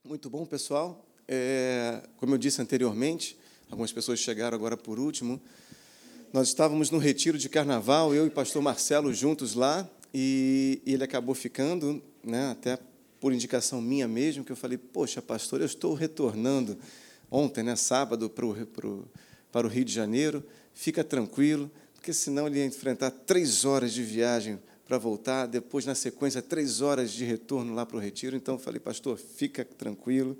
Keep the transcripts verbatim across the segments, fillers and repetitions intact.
Muito bom, pessoal. É, como eu disse anteriormente, algumas pessoas chegaram agora por último. Nós estávamos no retiro de carnaval, eu e o pastor Marcelo juntos lá, e, e ele acabou ficando, né, até por indicação minha mesmo, que eu falei, poxa, pastor, eu estou retornando ontem, né, sábado, para o, para o, para o Rio de Janeiro, fica tranquilo, porque senão ele ia enfrentar três horas de viagem para voltar, depois, na sequência, três horas de retorno lá para o retiro. Então, eu falei, pastor, fica tranquilo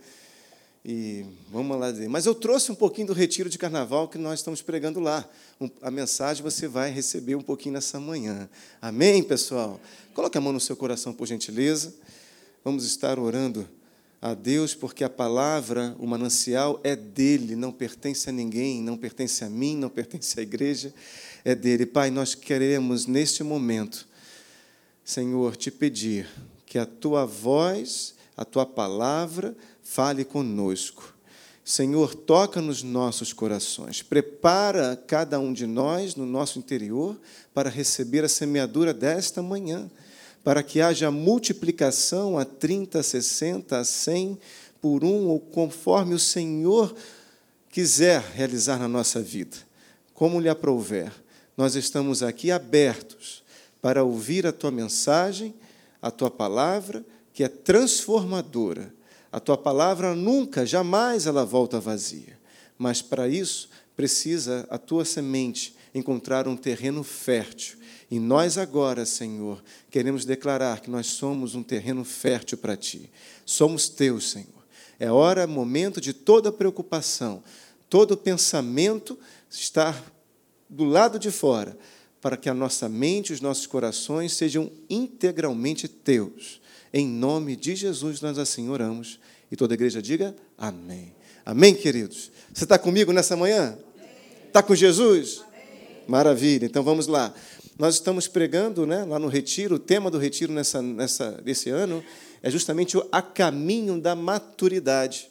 e vamos lá dizer. Mas eu trouxe um pouquinho do retiro de carnaval que nós estamos pregando lá. A mensagem você vai receber um pouquinho nessa manhã. Amém, pessoal? Coloque a mão no seu coração, por gentileza. Vamos estar orando a Deus, porque a palavra, o manancial, é dele, não pertence a ninguém, não pertence a mim, não pertence à igreja, é dele. Pai, nós queremos, neste momento, Senhor, te pedir que a tua voz, a tua palavra, fale conosco. Senhor, toca nos nossos corações, prepara cada um de nós no nosso interior para receber a semeadura desta manhã, para que haja multiplicação a trinta, a sessenta, a cem por um, ou conforme o Senhor quiser realizar na nossa vida, como lhe aprouver. Nós estamos aqui abertos para ouvir a tua mensagem, a tua palavra, que é transformadora. A tua palavra nunca, jamais ela volta vazia. Mas, para isso, precisa a tua semente encontrar um terreno fértil. E nós agora, Senhor, queremos declarar que nós somos um terreno fértil para ti. Somos teus, Senhor. É hora, momento de toda preocupação, todo pensamento estar do lado de fora, para que a nossa mente e os nossos corações sejam integralmente teus. Em nome de Jesus, nós assim oramos. E toda a igreja diga amém. Amém, queridos? Você está comigo nessa manhã? Está com Jesus? Amém. Maravilha. Então, vamos lá. Nós estamos pregando, né, lá no retiro, o tema do retiro nessa, nessa, desse ano é justamente o a caminho da maturidade.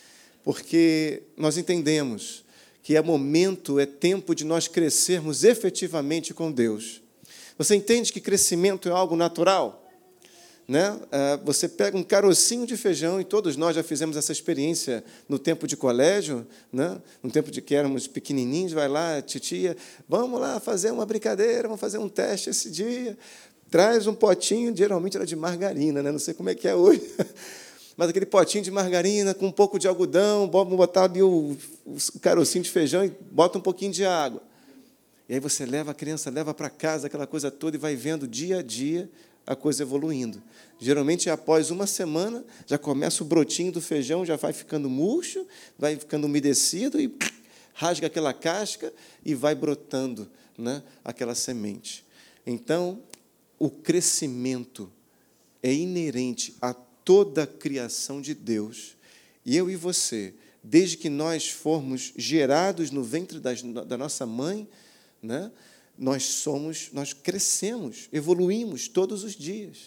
Porque nós entendemos que é momento, é tempo de nós crescermos efetivamente com Deus. Você entende que crescimento é algo natural? Né? Você pega um carocinho de feijão, e todos nós já fizemos essa experiência no tempo de colégio, né? No tempo de que éramos pequenininhos, vai lá, titia, vamos lá fazer uma brincadeira, vamos fazer um teste esse dia, traz um potinho, geralmente era de margarina, né? Não sei como é que é hoje, mas aquele potinho de margarina com um pouco de algodão, vamos botar ali o, o carocinho de feijão e bota um pouquinho de água. E aí você leva a criança, leva para casa aquela coisa toda e vai vendo dia a dia a coisa evoluindo. Geralmente, após uma semana, já começa o brotinho do feijão, já vai ficando murcho, vai ficando umedecido e rasga aquela casca e vai brotando, né, aquela semente. Então, o crescimento é inerente a toda a criação de Deus. E eu e você, desde que nós formos gerados no ventre das, da nossa mãe, né, nós somos, nós crescemos, evoluímos todos os dias.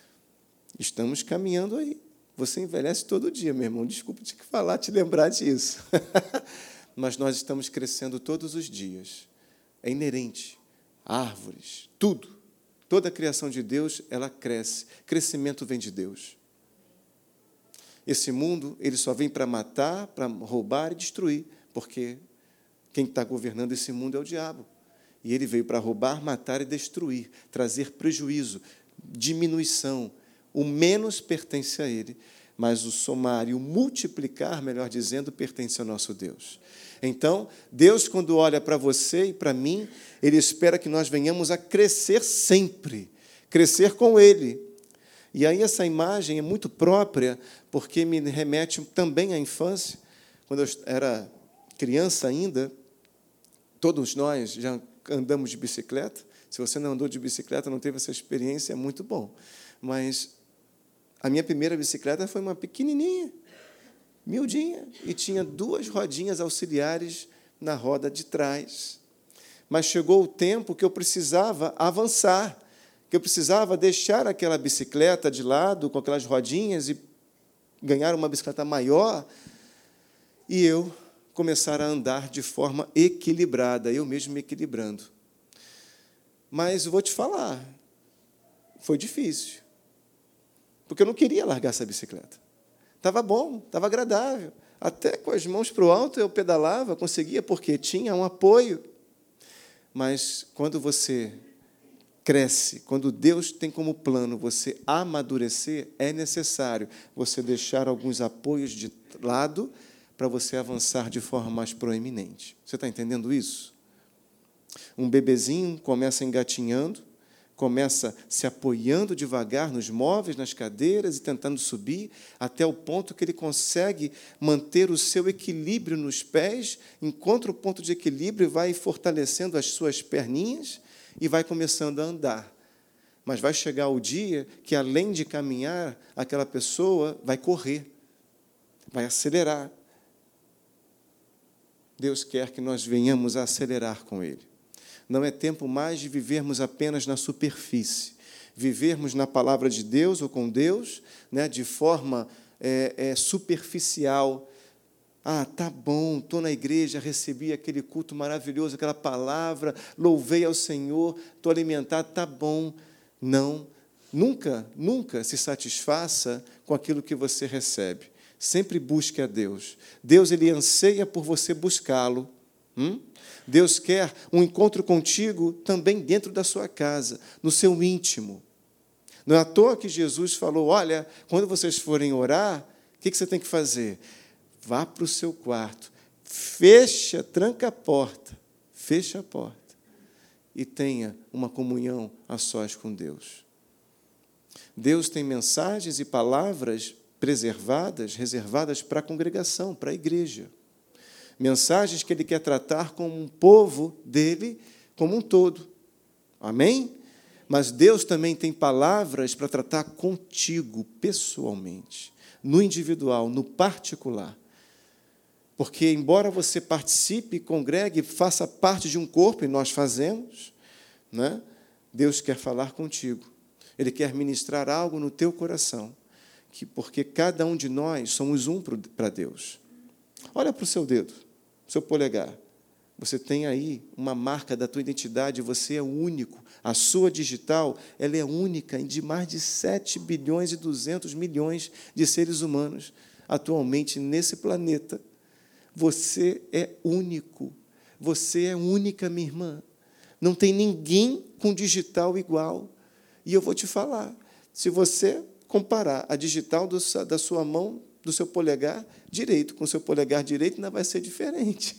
Estamos caminhando aí. Você envelhece todo dia, meu irmão. Desculpa te falar, te lembrar disso. Mas nós estamos crescendo todos os dias. É inerente. Árvores, tudo. Toda a criação de Deus, ela cresce. Crescimento vem de Deus. Esse mundo, ele só vem para matar, para roubar e destruir, porque quem está governando esse mundo é o diabo. E ele veio para roubar, matar e destruir, trazer prejuízo, diminuição. O menos pertence a ele, mas o somar e o multiplicar, melhor dizendo, pertence ao nosso Deus. Então, Deus, quando olha para você e para mim, ele espera que nós venhamos a crescer sempre, crescer com ele. E aí essa imagem é muito própria, porque me remete também à infância. Quando eu era criança ainda, todos nós já andamos de bicicleta. Se você não andou de bicicleta, não teve essa experiência, é muito bom. Mas a minha primeira bicicleta foi uma pequenininha, miudinha, e tinha duas rodinhas auxiliares na roda de trás. Mas chegou o tempo que eu precisava avançar, que eu precisava deixar aquela bicicleta de lado, com aquelas rodinhas, e ganhar uma bicicleta maior, e eu começar a andar de forma equilibrada, eu mesmo me equilibrando. Mas eu vou te falar, foi difícil, porque eu não queria largar essa bicicleta. Estava bom, estava agradável. Até com as mãos para o alto eu pedalava, conseguia, porque tinha um apoio. Mas quando você cresce, quando Deus tem como plano você amadurecer, é necessário você deixar alguns apoios de lado para você avançar de forma mais proeminente. Você está entendendo isso? Um bebezinho começa engatinhando, começa se apoiando devagar nos móveis, nas cadeiras e tentando subir, até o ponto que ele consegue manter o seu equilíbrio nos pés, encontra o ponto de equilíbrio e vai fortalecendo as suas perninhas e vai começando a andar. Mas vai chegar o dia que, além de caminhar, aquela pessoa vai correr, vai acelerar. Deus quer que nós venhamos a acelerar com Ele. Não é tempo mais de vivermos apenas na superfície, vivermos na palavra de Deus ou com Deus, né, de forma é, é, superficial. Ah, tá bom, estou na igreja, recebi aquele culto maravilhoso, aquela palavra, louvei ao Senhor, estou alimentado, tá bom. Não, nunca, nunca se satisfaça com aquilo que você recebe. Sempre busque a Deus. Deus, Ele anseia por você buscá-lo. Hum? Deus quer um encontro contigo também dentro da sua casa, no seu íntimo. Não é à toa que Jesus falou, olha, quando vocês forem orar, o que você tem que fazer? Vá para o seu quarto, fecha, tranca a porta, fecha a porta e tenha uma comunhão a sós com Deus. Deus tem mensagens e palavras preservadas, reservadas para a congregação, para a igreja. Mensagens que Ele quer tratar com um povo dele como um todo. Amém? Mas Deus também tem palavras para tratar contigo, pessoalmente, no individual, no particular. Porque, embora você participe, congregue, faça parte de um corpo, e nós fazemos, né? Deus quer falar contigo. Ele quer ministrar algo no teu coração, que, porque cada um de nós somos um para Deus. Olha para o seu dedo, seu polegar. Você tem aí uma marca da tua identidade, você é único. A sua digital, ela é única em de mais de sete bilhões e duzentos milhões de seres humanos atualmente nesse planeta. Você é único. Você é única, minha irmã. Não tem ninguém com digital igual. E eu vou te falar, se você comparar a digital do, da sua mão, do seu polegar direito com o seu polegar direito, ainda vai ser diferente.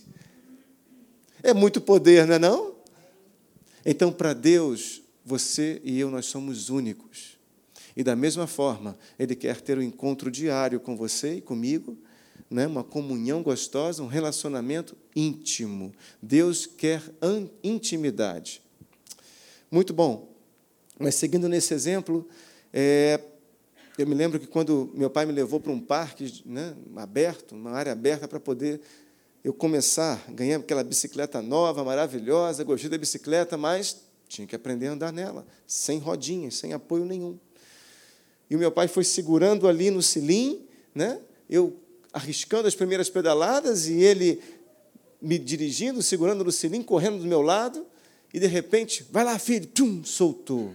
É muito poder, não é não? Então, para Deus, você e eu, nós somos únicos. E, da mesma forma, Ele quer ter um encontro diário com você e comigo, né? Uma comunhão gostosa, um relacionamento íntimo. Deus quer intimidade. Muito bom. Mas, seguindo nesse exemplo, é, eu me lembro que, quando meu pai me levou para um parque, né, aberto, uma área aberta, para poder eu começar, ganhei aquela bicicleta nova, maravilhosa, gostei da bicicleta, mas tinha que aprender a andar nela, sem rodinhas, sem apoio nenhum. E o meu pai foi segurando ali no cilim, né, eu arriscando as primeiras pedaladas, e ele me dirigindo, segurando no cilim, correndo do meu lado, e, de repente, vai lá, filho, tum, soltou.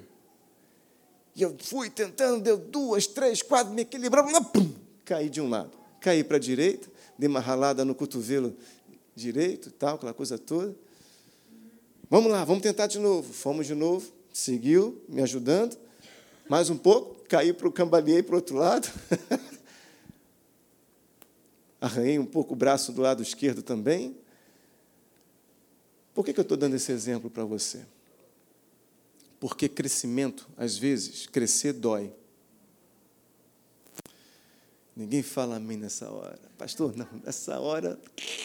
E eu fui tentando, deu duas, três, quatro, me equilibrava, pum, caí de um lado. Caí para a direita, dei uma ralada no cotovelo direito, tal, aquela coisa toda. Vamos lá, vamos tentar de novo. Fomos de novo, seguiu, me ajudando. Mais um pouco, caí para o cambaleei para o outro lado. Arranhei um pouco o braço do lado esquerdo também. Por que eu estou dando esse exemplo para você? Porque crescimento, às vezes, crescer dói. Ninguém fala amém nessa hora. Pastor, não, nessa hora...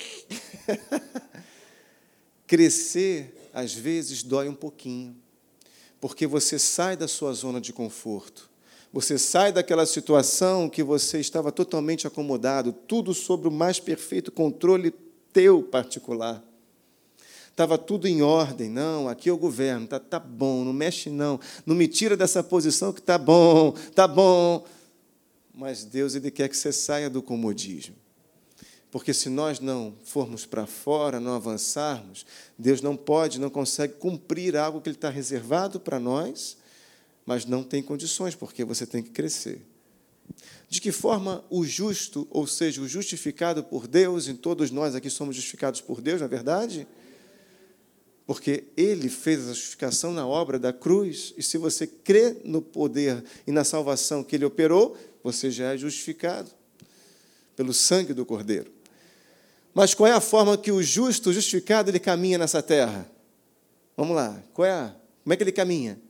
Crescer, às vezes, dói um pouquinho. Porque você sai da sua zona de conforto. Você sai daquela situação que você estava totalmente acomodado, tudo sob o mais perfeito controle teu particular. Estava tudo em ordem. Não, aqui é o governo, tá, tá bom, não mexe não, não me tira dessa posição que tá bom, tá bom. Mas Deus, Ele quer que você saia do comodismo. Porque, se nós não formos para fora, não avançarmos, Deus não pode, não consegue cumprir algo que Ele está reservado para nós, mas não tem condições, porque você tem que crescer. De que forma o justo, ou seja, o justificado por Deus, e todos nós aqui somos justificados por Deus, não é verdade? Porque Ele fez a justificação na obra da cruz, e se você crê no poder e na salvação que Ele operou, você já é justificado pelo sangue do Cordeiro. Mas qual é a forma que o justo, o justificado, ele caminha nessa terra? Vamos lá, qual é a, como é que ele caminha?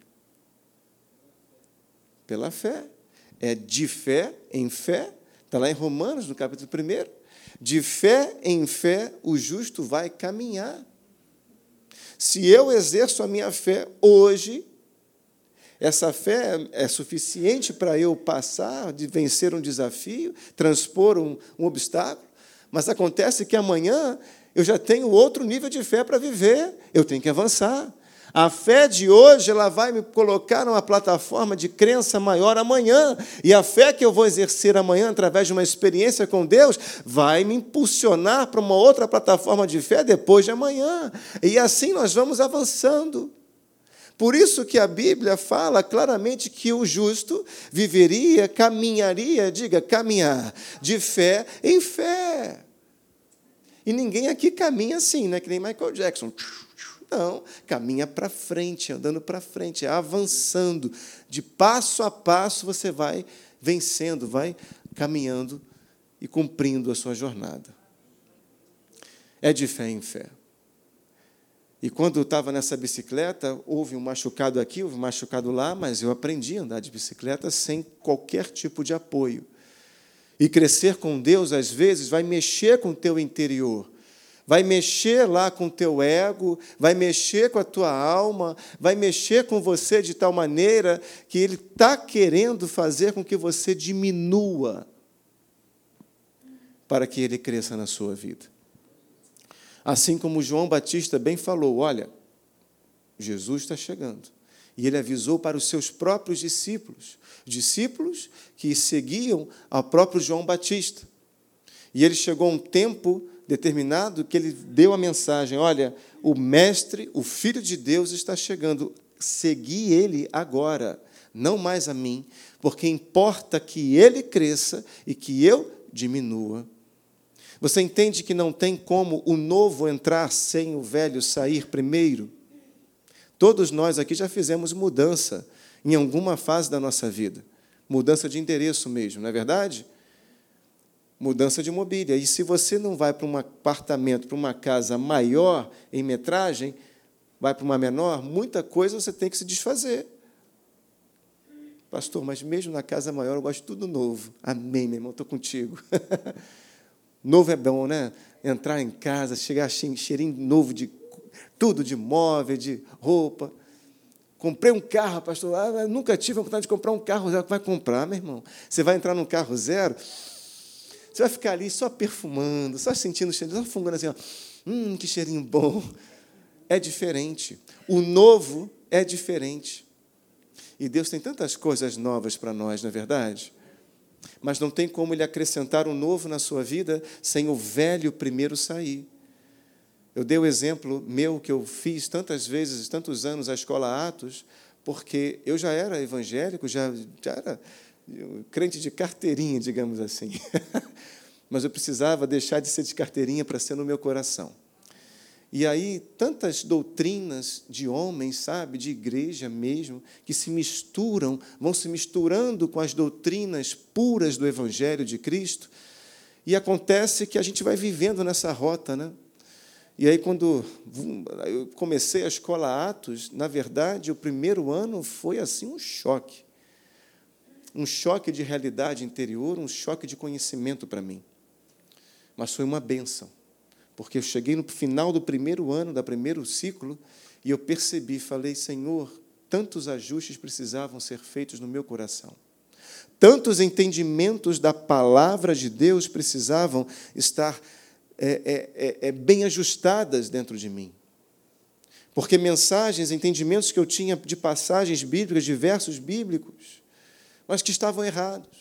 Pela fé. É de fé em fé, está lá em Romanos, no capítulo primeiro. De fé em fé, o justo vai caminhar. Se eu exerço a minha fé hoje, essa fé é suficiente para eu passar, de vencer um desafio, transpor um, um obstáculo, mas acontece que amanhã eu já tenho outro nível de fé para viver, eu tenho que avançar. A fé de hoje ela vai me colocar numa plataforma de crença maior amanhã, e a fé que eu vou exercer amanhã, através de uma experiência com Deus, vai me impulsionar para uma outra plataforma de fé depois de amanhã. E assim nós vamos avançando. Por isso que a Bíblia fala claramente que o justo viveria, caminharia, diga, caminhar, de fé em fé. E ninguém aqui caminha assim, né? Que nem Michael Jackson. Não, caminha para frente, andando para frente, avançando. De passo a passo você vai vencendo, vai caminhando e cumprindo a sua jornada. É de fé em fé. E quando eu estava nessa bicicleta, houve um machucado aqui, houve um machucado lá, mas eu aprendi a andar de bicicleta sem qualquer tipo de apoio. E crescer com Deus, às vezes, vai mexer com o teu interior. Vai mexer lá com o teu ego, vai mexer com a tua alma, vai mexer com você de tal maneira que Ele está querendo fazer com que você diminua para que Ele cresça na sua vida. Assim como João Batista bem falou, olha, Jesus está chegando. E Ele avisou para os seus próprios discípulos, discípulos que seguiam ao próprio João Batista. E ele chegou a um tempo determinado que ele deu a mensagem, olha, o Mestre, o Filho de Deus está chegando, segui Ele agora, não mais a mim, porque importa que Ele cresça e que eu diminua. Você entende que não tem como o novo entrar sem o velho sair primeiro? Todos nós aqui já fizemos mudança em alguma fase da nossa vida, mudança de endereço mesmo, não é verdade? Mudança de mobília. E se você não vai para um apartamento, para uma casa maior em metragem, vai para uma menor, muita coisa você tem que se desfazer. Pastor, mas mesmo na casa maior eu gosto de tudo novo. Amém, meu irmão, estou contigo. Novo é bom, né? Entrar em casa, chegar cheirinho novo de tudo, de móvel, de roupa. Comprei um carro, pastor. Ah, eu nunca tive a vontade de comprar um carro zero. Vai comprar, meu irmão. Você vai entrar num carro zero, você vai ficar ali só perfumando, só sentindo o cheiro, só fungando assim, ó. Hum, que cheirinho bom. É diferente. O novo é diferente. E Deus tem tantas coisas novas para nós, não é verdade? Mas não tem como Ele acrescentar um novo na sua vida sem o velho primeiro sair. Eu dei o exemplo meu que eu fiz tantas vezes, tantos anos, a Escola Atos, porque eu já era evangélico, já, já era crente de carteirinha, digamos assim. Mas eu precisava deixar de ser de carteirinha para ser no meu coração. E aí, tantas doutrinas de homens, sabe, de igreja mesmo, que se misturam, vão se misturando com as doutrinas puras do Evangelho de Cristo, e acontece que a gente vai vivendo nessa rota, né? E aí, quando eu comecei a Escola Atos, na verdade, o primeiro ano foi assim um choque. Um choque de realidade interior, um choque de conhecimento para mim. Mas foi uma bênção, porque eu cheguei no final do primeiro ano, do primeiro ciclo, e eu percebi, falei, Senhor, tantos ajustes precisavam ser feitos no meu coração. Tantos entendimentos da palavra de Deus precisavam estar é, é, é, bem ajustadas dentro de mim. Porque mensagens, entendimentos que eu tinha de passagens bíblicas, de versos bíblicos, mas que estavam errados.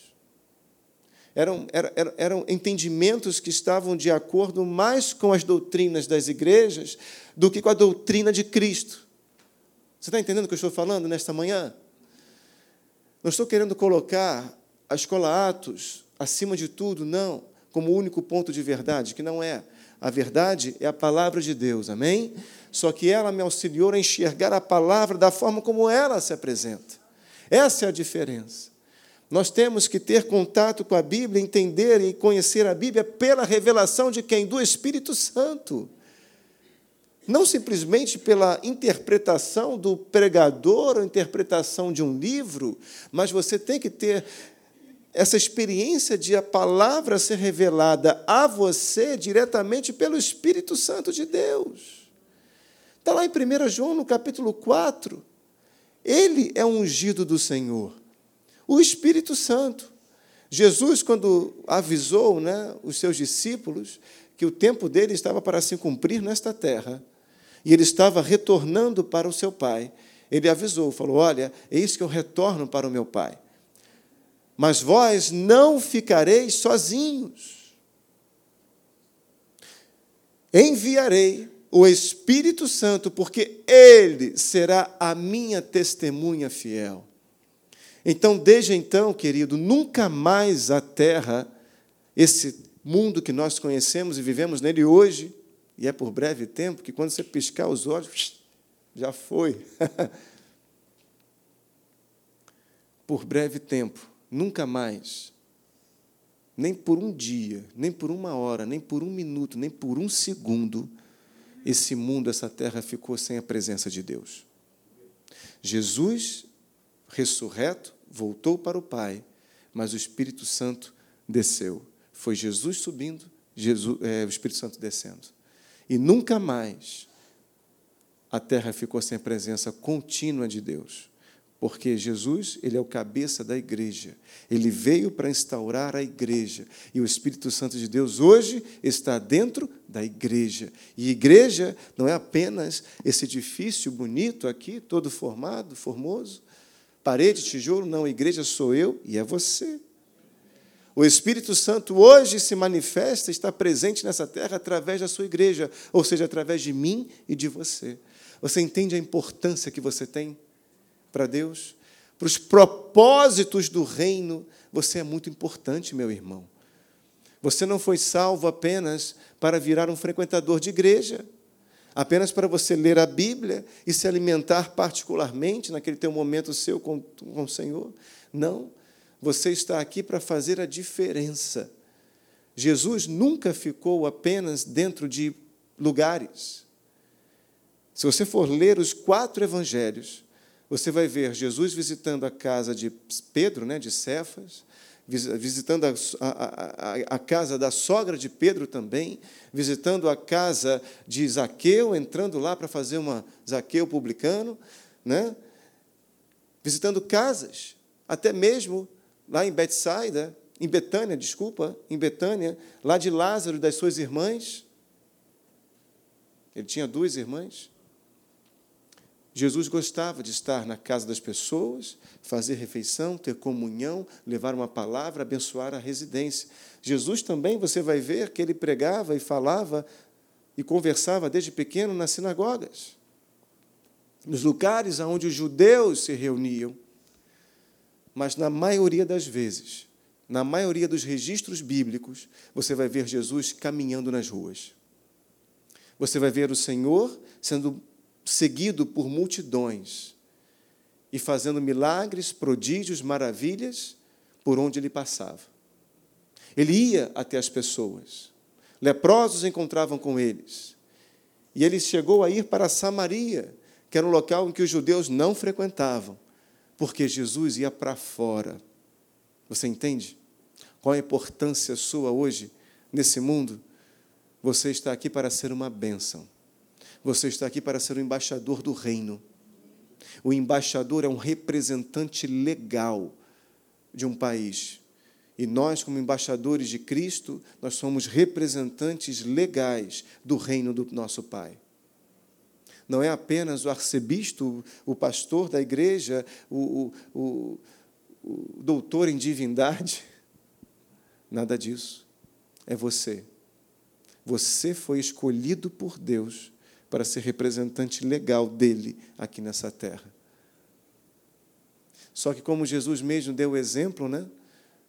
Eram, eram, eram entendimentos que estavam de acordo mais com as doutrinas das igrejas do que com a doutrina de Cristo. Você está entendendo o que eu estou falando nesta manhã? Não estou querendo colocar a escola Atos, acima de tudo, não, como único ponto de verdade, que não é. A verdade é a palavra de Deus, amém? Só que ela me auxiliou a enxergar a palavra da forma como ela se apresenta. Essa é a diferença. Nós temos que ter contato com a Bíblia, entender e conhecer a Bíblia pela revelação de quem? Do Espírito Santo. Não simplesmente pela interpretação do pregador ou interpretação de um livro, mas você tem que ter essa experiência de a palavra ser revelada a você diretamente pelo Espírito Santo de Deus. Está lá em primeiro João, no capítulo quatro. Ele é o ungido do Senhor, o Espírito Santo. Jesus, quando avisou, né, os seus discípulos que o tempo dele estava para se cumprir nesta terra, e ele estava retornando para o seu Pai, ele avisou, falou, olha, eis que eu retorno para o meu Pai. Mas vós não ficareis sozinhos. Enviarei o Espírito Santo, porque ele será a minha testemunha fiel. Então, desde então, querido, nunca mais a terra, esse mundo que nós conhecemos e vivemos nele hoje, e é por breve tempo, que quando você piscar os olhos, já foi. Por breve tempo, nunca mais, nem por um dia, nem por uma hora, nem por um minuto, nem por um segundo, esse mundo, essa terra ficou sem a presença de Deus. Jesus, ressurreto, voltou para o Pai, mas o Espírito Santo desceu. Foi Jesus subindo, Jesus, é, o Espírito Santo descendo. E nunca mais a terra ficou sem a presença contínua de Deus. Porque Jesus, ele é o cabeça da igreja. Ele veio para instaurar a igreja. E o Espírito Santo de Deus hoje está dentro da igreja. E igreja não é apenas esse edifício bonito aqui, todo formado, formoso, parede, tijolo, não, a igreja sou eu e é você. O Espírito Santo hoje se manifesta, está presente nessa terra através da sua igreja, ou seja, através de mim e de você. Você entende a importância que você tem para Deus? Para os propósitos do reino, você é muito importante, meu irmão. Você não foi salvo apenas para virar um frequentador de igreja, apenas para você ler a Bíblia e se alimentar particularmente naquele teu momento seu com, com o Senhor. Não. Você está aqui para fazer a diferença. Jesus nunca ficou apenas dentro de lugares. Se você for ler os quatro evangelhos, você vai ver Jesus visitando a casa de Pedro, né, de Cefas, visitando a, a, a, a casa da sogra de Pedro também, visitando a casa de Zaqueu, entrando lá para fazer uma Zaqueu publicano, né, visitando casas, até mesmo lá em Betsaida, em Betânia, desculpa, em Betânia, lá de Lázaro e das suas irmãs. Ele tinha duas irmãs. Jesus gostava de estar na casa das pessoas, fazer refeição, ter comunhão, levar uma palavra, abençoar a residência. Jesus também, você vai ver que ele pregava e falava e conversava desde pequeno nas sinagogas, nos lugares onde os judeus se reuniam. Mas, na maioria das vezes, na maioria dos registros bíblicos, você vai ver Jesus caminhando nas ruas. Você vai ver o Senhor sendo seguido por multidões e fazendo milagres, prodígios, maravilhas por onde ele passava. Ele ia até as pessoas. Leprosos encontravam com eles. E ele chegou a ir para Samaria, que era um local em que os judeus não frequentavam, porque Jesus ia para fora. Você entende? Qual a importância sua hoje nesse mundo? Você está aqui para ser uma bênção. Você está aqui para ser o embaixador do reino. O embaixador é um representante legal de um país. E nós, como embaixadores de Cristo, nós somos representantes legais do reino do nosso Pai. Não é apenas o arcebispo, o pastor da igreja, o, o, o, o doutor em divindade. Nada disso. É você. Você foi escolhido por Deus para ser representante legal dele aqui nessa terra. Só que, como Jesus mesmo deu o exemplo, né?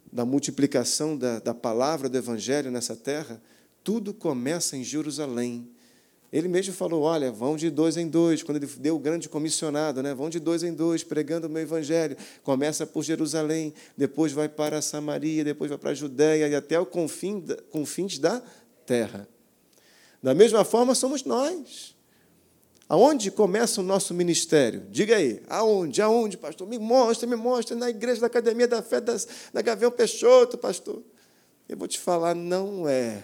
da multiplicação da, da palavra do Evangelho nessa terra, tudo começa em Jerusalém. Ele mesmo falou, olha, vão de dois em dois, quando ele deu o grande comissionado, né? Vão de dois em dois, pregando o meu Evangelho. Começa por Jerusalém, depois vai para Samaria, depois vai para a Judéia e até o confim, confins da terra. Da mesma forma, somos nós. Aonde começa o nosso ministério? Diga aí, aonde? Aonde, pastor? Me mostra, me mostra, na igreja da Academia da Fé das, da Gavião Peixoto, pastor. Eu vou te falar, não é.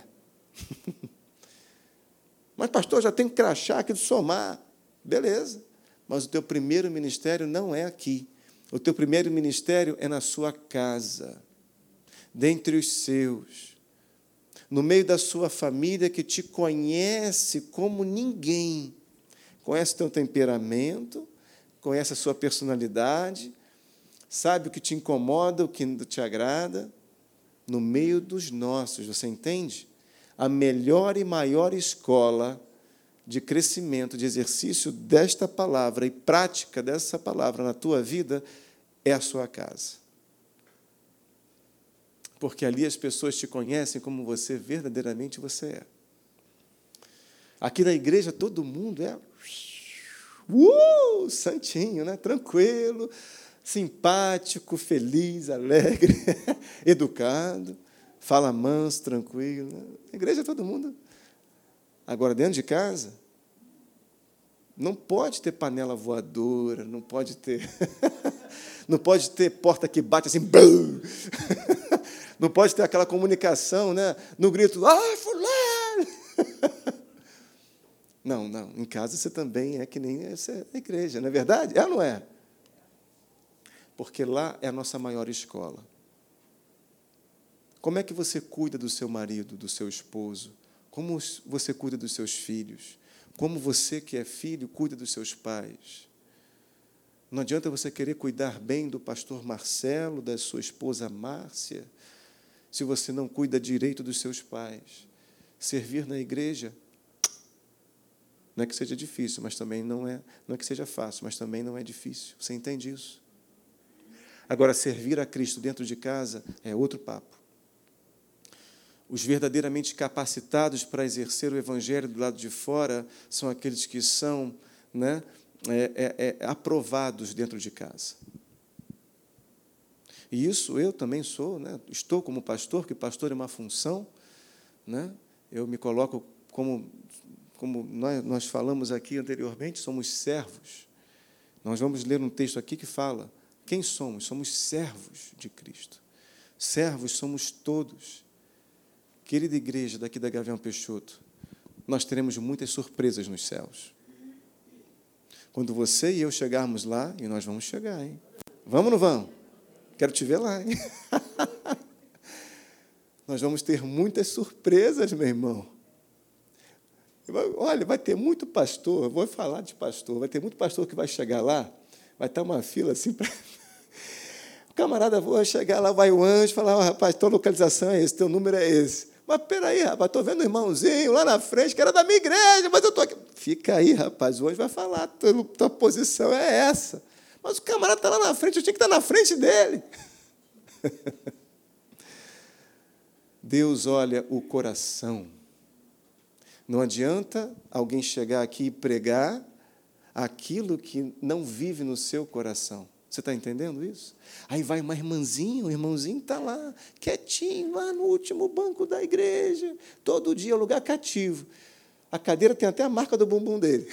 Mas, pastor, já tem que crachá aqui do Somar. Beleza. Mas o teu primeiro ministério não é aqui. O teu primeiro ministério é na sua casa, dentre os seus, no meio da sua família que te conhece como ninguém. Conhece o teu temperamento, conhece a sua personalidade, sabe o que te incomoda, o que não te agrada. No meio dos nossos, você entende? A melhor e maior escola de crescimento, de exercício desta palavra e prática dessa palavra na tua vida é a sua casa. Porque ali as pessoas te conhecem como você verdadeiramente você é. Aqui na igreja todo mundo é uh, santinho, né? Tranquilo, simpático, feliz, alegre, educado. Fala manso, tranquilo. Na igreja, todo mundo. Agora, dentro de casa, não pode ter panela voadora, não pode ter... não pode ter porta que bate assim... não pode ter aquela comunicação, né? No grito, ah, fulano! Não, não. Em casa, você também é que nem essa é a igreja, não é verdade? É ou não é? Porque lá é a nossa maior escola. Como é que você cuida do seu marido, do seu esposo? Como você cuida dos seus filhos? Como você, que é filho, cuida dos seus pais? Não adianta você querer cuidar bem do pastor Marcelo, da sua esposa Márcia, se você não cuida direito dos seus pais. Servir na igreja não é que seja difícil, mas também não é, não é que seja fácil, mas também não é difícil. Você entende isso? Agora, servir a Cristo dentro de casa é outro papo. Os verdadeiramente capacitados para exercer o Evangelho do lado de fora são aqueles que são, né, é, é, é, aprovados dentro de casa. E isso eu também sou, né? Estou como pastor, que pastor é uma função, né? Eu me coloco como, como nós, nós falamos aqui anteriormente, somos servos. Nós vamos ler um texto aqui que fala, quem somos? Somos servos de Cristo. Servos somos todos. Querida igreja daqui da Gavião Peixoto, nós teremos muitas surpresas nos céus. Quando você e eu chegarmos lá, e nós vamos chegar, hein? Vamos ou não vamos? Quero te ver lá, hein? Nós vamos ter muitas surpresas, meu irmão. Olha, vai ter muito pastor, eu vou falar de pastor, vai ter muito pastor que vai chegar lá, vai estar uma fila assim para... O camarada vai chegar lá, vai o anjo, falar, oh, rapaz, tua localização é esse, teu número é esse. Mas, peraí, rapaz, estou vendo um irmãozinho lá na frente, que era da minha igreja, mas eu estou aqui. Fica aí, rapaz, o anjo vai falar, tua, tua posição é essa. Mas o camarada está lá na frente, eu tinha que estar na frente dele. Deus olha o coração. Não adianta alguém chegar aqui e pregar aquilo que não vive no seu coração. Você está entendendo isso? Aí vai uma irmãzinha, o irmãozinho está lá, quietinho, lá no último banco da igreja, todo dia, lugar cativo. A cadeira tem até a marca do bumbum dele.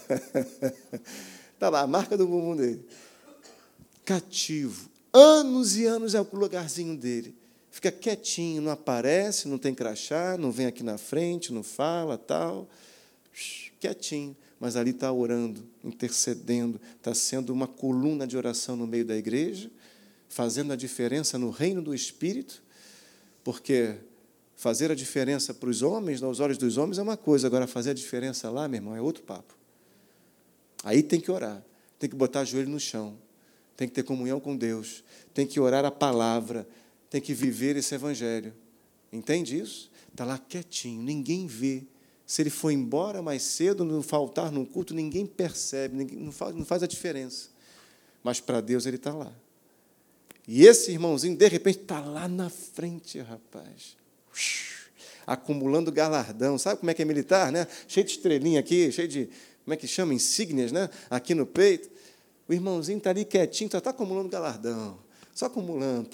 Está lá, a marca do bumbum dele. Cativo. Anos e anos é o lugarzinho dele. Fica quietinho, não aparece, não tem crachá, não vem aqui na frente, não fala, tal. Quietinho. Mas ali está orando, intercedendo, está sendo uma coluna de oração no meio da igreja, fazendo a diferença no reino do Espírito, porque fazer a diferença para os homens, aos olhos dos homens, é uma coisa, agora fazer a diferença lá, meu irmão, é outro papo. Aí tem que orar, tem que botar o joelho no chão, tem que ter comunhão com Deus, tem que orar a palavra, tem que viver esse evangelho. Entende isso? Está lá quietinho, ninguém vê. Se ele for embora mais cedo, não faltar num culto, ninguém percebe, ninguém, não, faz, não faz a diferença. Mas, para Deus, ele está lá. E esse irmãozinho, de repente, está lá na frente, rapaz. Acumulando galardão. Sabe como é que é militar, né? Cheio de estrelinha aqui, cheio de, como é que chama? Insígnias, né? Aqui no peito. O irmãozinho está ali quietinho, só está acumulando galardão. Só acumulando.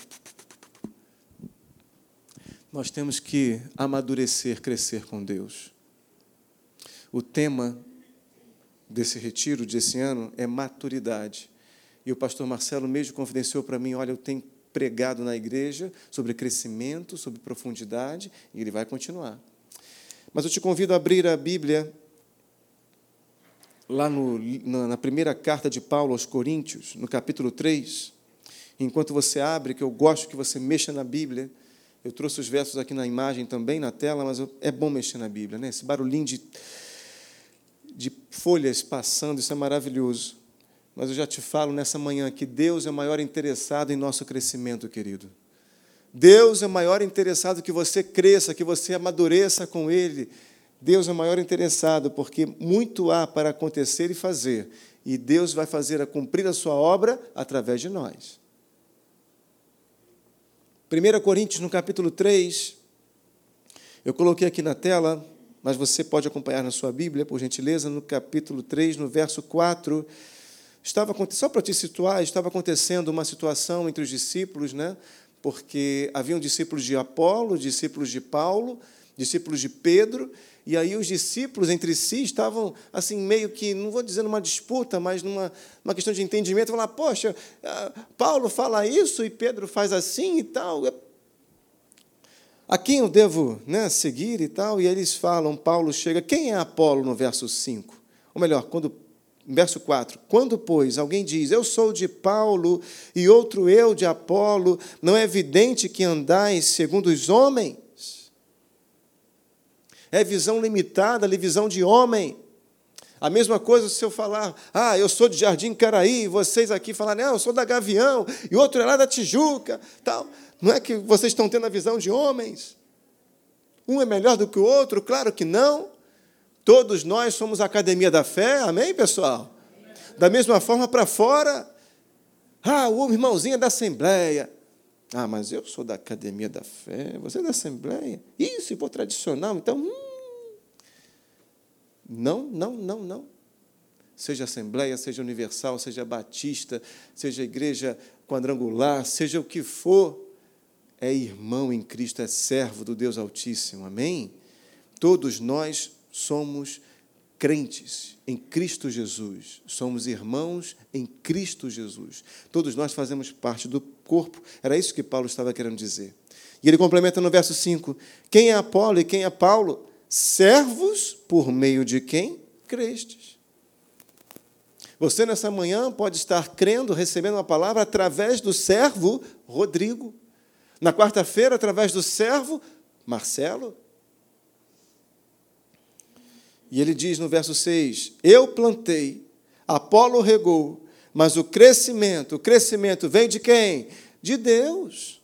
Nós temos que amadurecer, crescer com Deus. O tema desse retiro, desse ano, é maturidade. E o pastor Marcelo mesmo confidenciou para mim, olha, eu tenho pregado na igreja sobre crescimento, sobre profundidade, e ele vai continuar. Mas eu te convido a abrir a Bíblia lá no, na primeira carta de Paulo aos Coríntios, no capítulo três. Enquanto você abre, que eu gosto que você mexa na Bíblia, eu trouxe os versos aqui na imagem também, na tela, mas é bom mexer na Bíblia, né? Esse barulhinho de, de folhas passando, isso é maravilhoso. Mas eu já te falo nessa manhã que Deus é o maior interessado em nosso crescimento, querido. Deus é o maior interessado que você cresça, que você amadureça com Ele. Deus é o maior interessado, porque muito há para acontecer e fazer. E Deus vai fazer a cumprir a sua obra através de nós. primeira Coríntios, no capítulo três, eu coloquei aqui na tela, mas você pode acompanhar na sua Bíblia, por gentileza, no capítulo três, no verso quatro. Estava, só para te situar, estava acontecendo uma situação entre os discípulos, né? Porque haviam discípulos de Apolo, discípulos de Paulo, discípulos de Pedro, e aí os discípulos entre si estavam, assim, meio que, não vou dizer numa disputa, mas numa, numa questão de entendimento, falar, poxa, Paulo fala isso e Pedro faz assim e tal, a quem eu devo, né, seguir e tal? E eles falam, Paulo chega, quem é Apolo no verso cinco? Ou melhor, quando verso quatro, quando, pois, alguém diz, eu sou de Paulo e outro eu de Apolo, não é evidente que andais segundo os homens? É visão limitada, visão de homem. A mesma coisa se eu falar, ah, eu sou de Jardim Caraí, e vocês aqui falarem, não, eu sou da Gavião, e outro é lá da Tijuca, tal. Não é que vocês estão tendo a visão de homens? Um é melhor do que o outro? Claro que não. Todos nós somos a academia da fé, amém, pessoal? Amém. Da mesma forma para fora. Ah, o irmãozinho é da Assembleia. Ah, mas eu sou da academia da fé, você é da Assembleia. Isso, e for tradicional, então... Hum. Não, não, não, não. Seja Assembleia, seja Universal, seja Batista, seja Igreja Quadrangular, seja o que for, é irmão em Cristo, é servo do Deus Altíssimo, amém? Todos nós somos crentes em Cristo Jesus, somos irmãos em Cristo Jesus. Todos nós fazemos parte do corpo, era isso que Paulo estava querendo dizer. E ele complementa no verso cinco, quem é Apolo e quem é Paulo? Servos por meio de quem crestes. Você, nessa manhã, pode estar crendo, recebendo uma palavra através do servo Rodrigo. Na quarta-feira, através do servo Marcelo. E ele diz no verso seis, eu plantei, Apolo regou, mas o crescimento, o crescimento vem de quem? De Deus.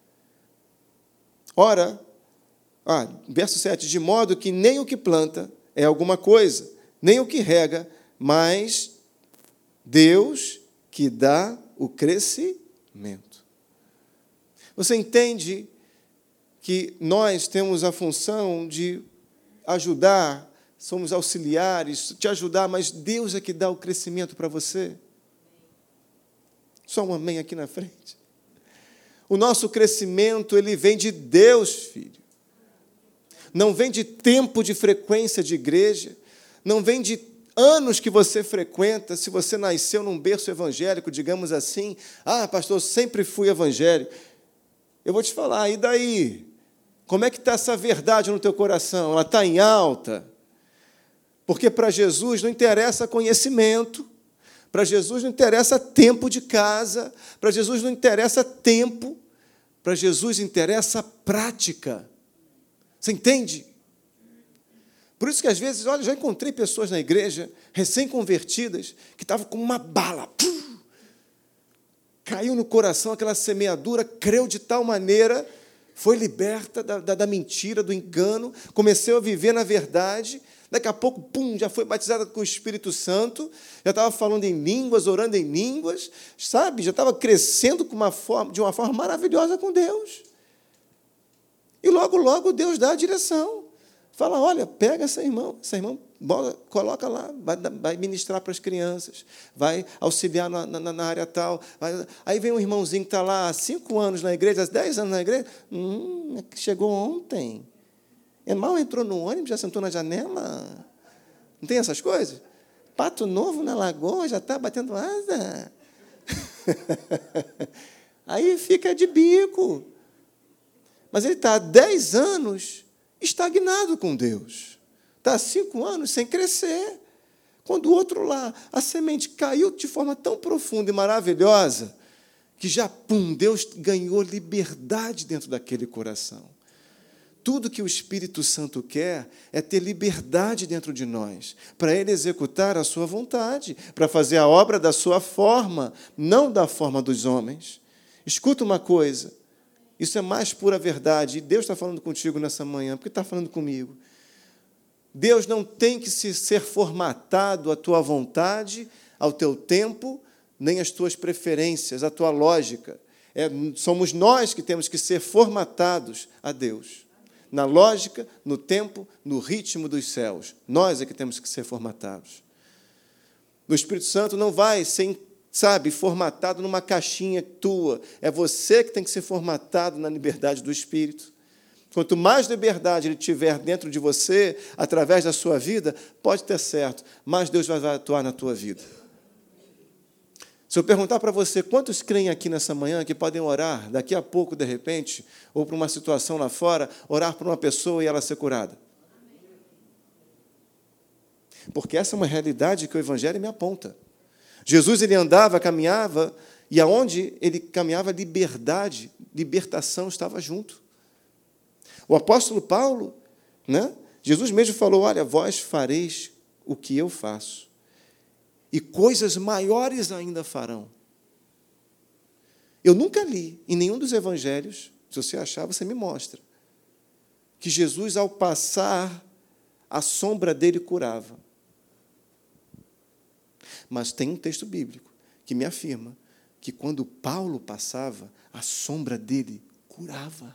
Ora, ah, verso sete, de modo que nem o que planta é alguma coisa, nem o que rega, mas Deus que dá o crescimento. Você entende que nós temos a função de ajudar, somos auxiliares, te ajudar, mas Deus é que dá o crescimento para você? Só um amém aqui na frente. O nosso crescimento, ele vem de Deus, filho. Não vem de tempo de frequência de igreja, não vem de anos que você frequenta, se você nasceu num berço evangélico, digamos assim, ah, pastor, eu sempre fui evangélico. Eu vou te falar, e daí? Como é que está essa verdade no teu coração? Ela está em alta? Porque para Jesus não interessa conhecimento, para Jesus não interessa tempo de casa, para Jesus não interessa tempo, para Jesus interessa prática. Você entende? Por isso que, às vezes, olha, já encontrei pessoas na igreja, recém-convertidas, que estavam com uma bala. Pum, caiu no coração aquela semeadura, creu de tal maneira, foi liberta da, da, da mentira, do engano, começou a viver na verdade, Daqui a pouco, pum, já foi batizada com o Espírito Santo, já estava falando em línguas, orando em línguas, sabe? Já estava crescendo com uma forma, de uma forma maravilhosa com Deus. E logo, logo, Deus dá a direção. Fala, olha, pega essa irmã, essa irmã, coloca lá, vai, vai ministrar para as crianças, vai auxiliar na, na, na área tal. Vai, aí vem um irmãozinho que está lá há cinco anos na igreja, há dez anos na igreja, hum, chegou ontem. É mal entrou no ônibus, já sentou na janela. Não tem essas coisas? Pato novo na lagoa, já está batendo asa. Aí fica de bico. Mas ele está há dez anos estagnado com Deus. Está há cinco anos sem crescer. Quando o outro lá, a semente caiu de forma tão profunda e maravilhosa, que já, pum, Deus ganhou liberdade dentro daquele coração. Tudo que o Espírito Santo quer é ter liberdade dentro de nós, para Ele executar a sua vontade, para fazer a obra da sua forma, não da forma dos homens. Escuta uma coisa, isso é mais pura verdade, e Deus está falando contigo nessa manhã, porque está falando comigo. Deus não tem que ser formatado à tua vontade, ao teu tempo, nem às tuas preferências, à tua lógica. É, somos nós que temos que ser formatados a Deus. Na lógica, no tempo, no ritmo dos céus. Nós é que temos que ser formatados. O Espírito Santo não vai ser, sabe, formatado numa caixinha tua. É você que tem que ser formatado na liberdade do Espírito. Quanto mais liberdade Ele tiver dentro de você, através da sua vida, pode ter certo, mais Deus vai atuar na tua vida. Se eu perguntar para você, quantos creem aqui nessa manhã que podem orar, daqui a pouco, de repente, ou para uma situação lá fora, orar por uma pessoa e ela ser curada? Porque essa é uma realidade que o Evangelho me aponta. Jesus, ele andava, caminhava, e aonde ele caminhava, liberdade, libertação estava junto. O apóstolo Paulo, né? Jesus mesmo falou, olha, vós fareis o que eu faço. E coisas maiores ainda farão. Eu nunca li em nenhum dos evangelhos, se você achar, você me mostra, que Jesus, ao passar, a sombra dele curava. Mas tem um texto bíblico que me afirma que quando Paulo passava, a sombra dele curava.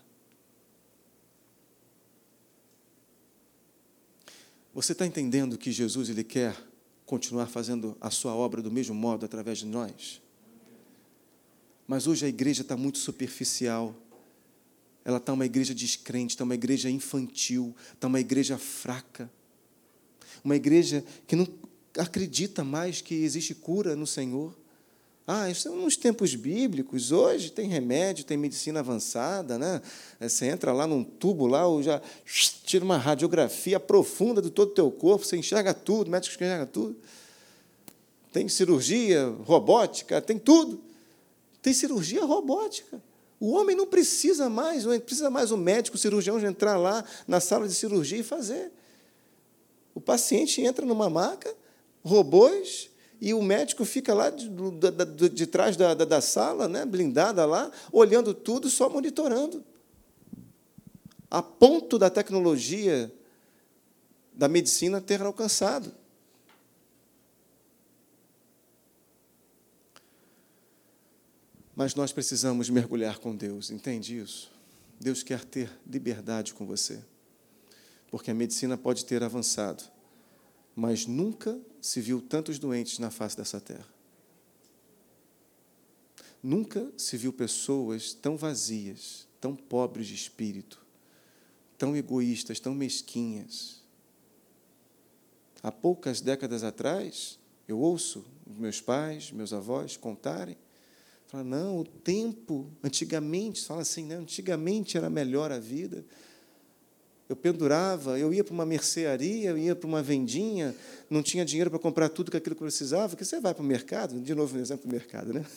Você está entendendo que Jesus ele quer continuar fazendo a sua obra do mesmo modo através de nós? Mas hoje a igreja está muito superficial. Ela está uma igreja descrente, está uma igreja infantil, está uma igreja fraca. Uma igreja que não acredita mais que existe cura no Senhor. Ah, isso é nos tempos bíblicos. Hoje tem remédio, tem medicina avançada, né? Você entra lá num tubo lá, ou já tira uma radiografia profunda de todo o teu corpo, você enxerga tudo, médicos enxergam tudo. Tem cirurgia robótica, tem tudo. Tem cirurgia robótica. O homem não precisa mais, não precisa mais um médico, um cirurgião de entrar lá na sala de cirurgia e fazer. O paciente entra numa maca, robôs, e o médico fica lá de, de, de trás da, da, da sala, né, blindada lá, olhando tudo, só monitorando. A ponto da tecnologia da medicina ter alcançado. Mas nós precisamos mergulhar com Deus, entende isso? Deus quer ter liberdade com você, porque a medicina pode ter avançado, mas nunca se viu tantos doentes na face dessa terra. Nunca se viu pessoas tão vazias, tão pobres de espírito, tão egoístas, tão mesquinhas. Há poucas décadas atrás, eu ouço meus pais, meus avós contarem, falam, não, o tempo, antigamente, fala assim, né, antigamente era melhor a vida. Eu pendurava, eu ia para uma mercearia, eu ia para uma vendinha, não tinha dinheiro para comprar tudo que aquilo que eu precisava, porque você vai para o mercado, de novo um exemplo do mercado, né?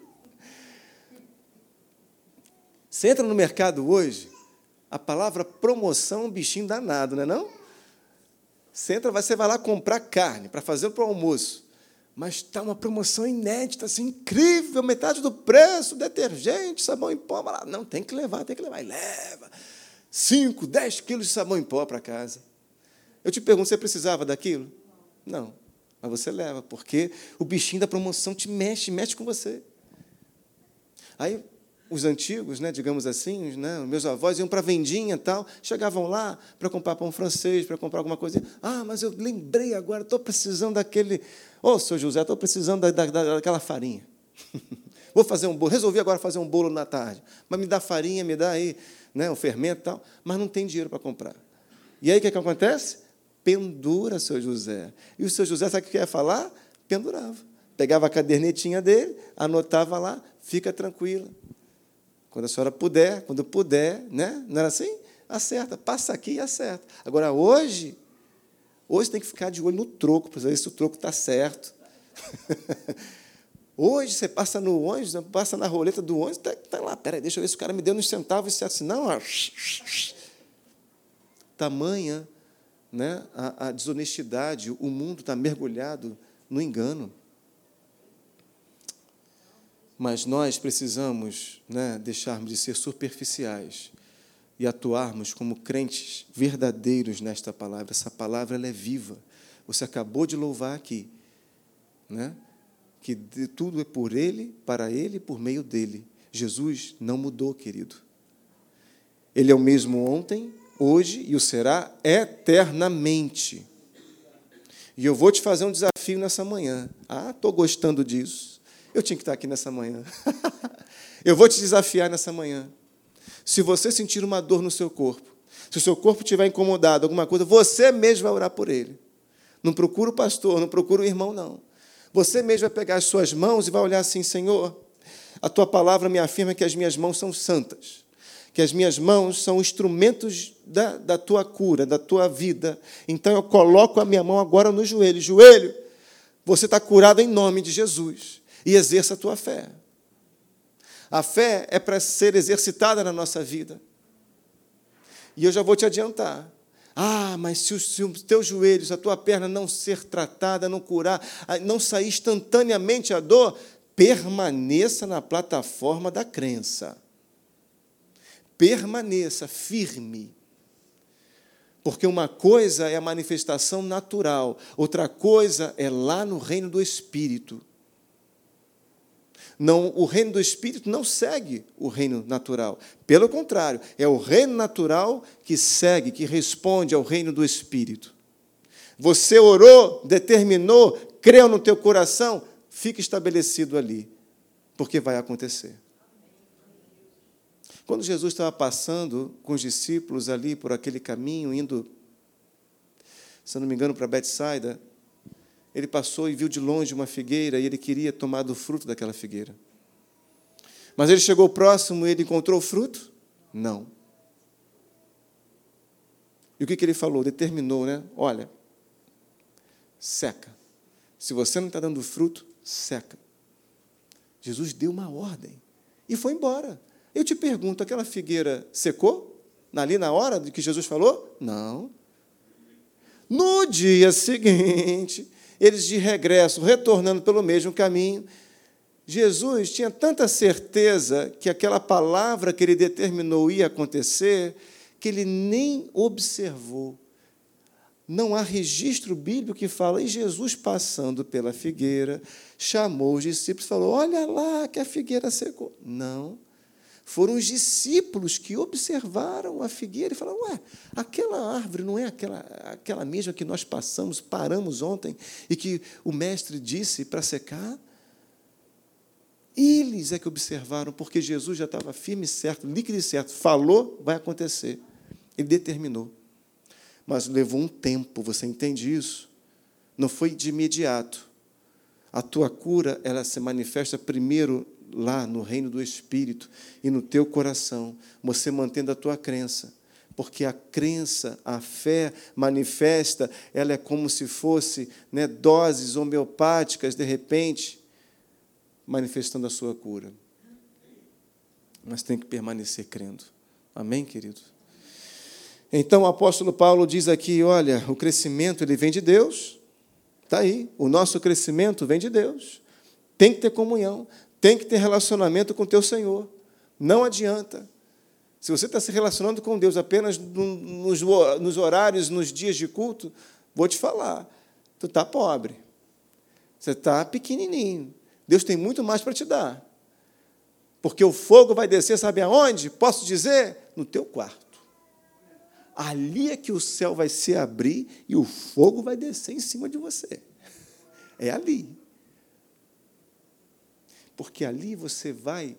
Você entra no mercado hoje, a palavra promoção é um bichinho danado, não é não? Você entra, você vai lá comprar carne para fazer para o almoço, mas está uma promoção inédita, assim, incrível, metade do preço, detergente, sabão em pó, lá, não, tem que levar, tem que levar, e leva. Cinco, dez quilos de sabão em pó para casa. Eu te pergunto, você precisava daquilo? Não. Mas você leva, porque o bichinho da promoção te mexe, mexe com você. Aí, os antigos, né, digamos assim, né, meus avós iam para a vendinha e tal, chegavam lá para comprar pão francês, para comprar alguma coisa. Ah, mas eu lembrei agora, estou precisando daquele... Ô, oh, seu José, estou precisando da, da, daquela farinha. Vou fazer um bolo. Resolvi agora fazer um bolo na tarde. Mas me dá farinha, me dá aí, né, o fermento e tal, mas não tem dinheiro para comprar. E aí, o que, que acontece? Pendura, seu José. E o seu José, sabe o que ia falar? Pendurava. Pegava a cadernetinha dele, anotava lá, fica tranquila. Quando a senhora puder, quando puder, né? Não era assim? Acerta, passa aqui e acerta. Agora, hoje, hoje tem que ficar de olho no troco, para saber se o troco está certo. Hoje, você passa no ônibus, passa na roleta do ônibus, está tá lá, peraí, deixa eu ver se o cara me deu nos centavos, se assim, não, ó. Tamanha, né, a, a desonestidade, o mundo está mergulhado no engano. Mas nós precisamos, né, deixarmos de ser superficiais e atuarmos como crentes verdadeiros nesta palavra. Essa palavra ela é viva. Você acabou de louvar aqui, né, que de tudo é por Ele, para Ele e por meio dEle. Jesus não mudou, querido. Ele é o mesmo ontem, hoje e o será eternamente. E eu vou te fazer um desafio nessa manhã. Ah, estou gostando disso. Eu tinha que estar aqui nessa manhã. Eu vou te desafiar nessa manhã. Se você sentir uma dor no seu corpo, se o seu corpo estiver incomodado, alguma coisa, você mesmo vai orar por ele. Não procura o pastor, não procura o irmão, não. Você mesmo vai pegar as suas mãos e vai olhar assim, Senhor, a tua palavra me afirma que as minhas mãos são santas, que as minhas mãos são instrumentos da, da tua cura, da tua vida. Então, eu coloco a minha mão agora no joelho. Joelho, você está curado em nome de Jesus. E exerça a tua fé. A fé é para ser exercitada na nossa vida. E eu já vou te adiantar. Ah, mas se os, se os teus joelhos, a tua perna não ser tratada, não curar, não sair instantaneamente a dor, permaneça na plataforma da crença. Permaneça firme. Porque uma coisa é a manifestação natural, outra coisa é lá no reino do Espírito. Não, o reino do Espírito não segue o reino natural. Pelo contrário, é o reino natural que segue, que responde ao reino do Espírito. Você orou, determinou, creu no teu coração, fica estabelecido ali, porque vai acontecer. Quando Jesus estava passando com os discípulos ali por aquele caminho, indo, se não me engano, para Betsaida, ele passou e viu de longe uma figueira e ele queria tomar do fruto daquela figueira. Mas ele chegou próximo e ele encontrou o fruto? Não. E o que, que ele falou? Determinou, né? Olha, seca. Se você não está dando fruto, seca. Jesus deu uma ordem e foi embora. Eu te pergunto, aquela figueira secou? Ali na hora de que Jesus falou? Não. No dia seguinte, eles de regresso, retornando pelo mesmo caminho, Jesus tinha tanta certeza que aquela palavra que ele determinou ia acontecer, que ele nem observou. Não há registro bíblico que fala, e Jesus, passando pela figueira, chamou os discípulos e falou, olha lá que a figueira secou. Não. Foram os discípulos que observaram a figueira e falaram, ué, aquela árvore não é aquela, aquela mesma que nós passamos, paramos ontem, e que o mestre disse para secar? Eles é que observaram, porque Jesus já estava firme e certo, líquido e certo, falou, vai acontecer. Ele determinou. Mas levou um tempo, você entende isso? Não foi de imediato. A tua cura, ela se manifesta primeiro lá no reino do Espírito e no teu coração, você mantendo a tua crença, porque a crença, a fé manifesta, ela é como se fosse, né, doses homeopáticas, de repente, manifestando a sua cura. Mas tem que permanecer crendo. Amém, querido? Então, o apóstolo Paulo diz aqui, olha, o crescimento ele vem de Deus, está aí, o nosso crescimento vem de Deus, tem que ter comunhão, tem que ter relacionamento com o teu Senhor. Não adianta. Se você está se relacionando com Deus apenas nos horários, nos dias de culto, vou te falar, tu está pobre. Você está pequenininho. Deus tem muito mais para te dar. Porque o fogo vai descer, sabe aonde? Posso dizer? No teu quarto. Ali é que o céu vai se abrir e o fogo vai descer em cima de você. É ali. Porque ali você vai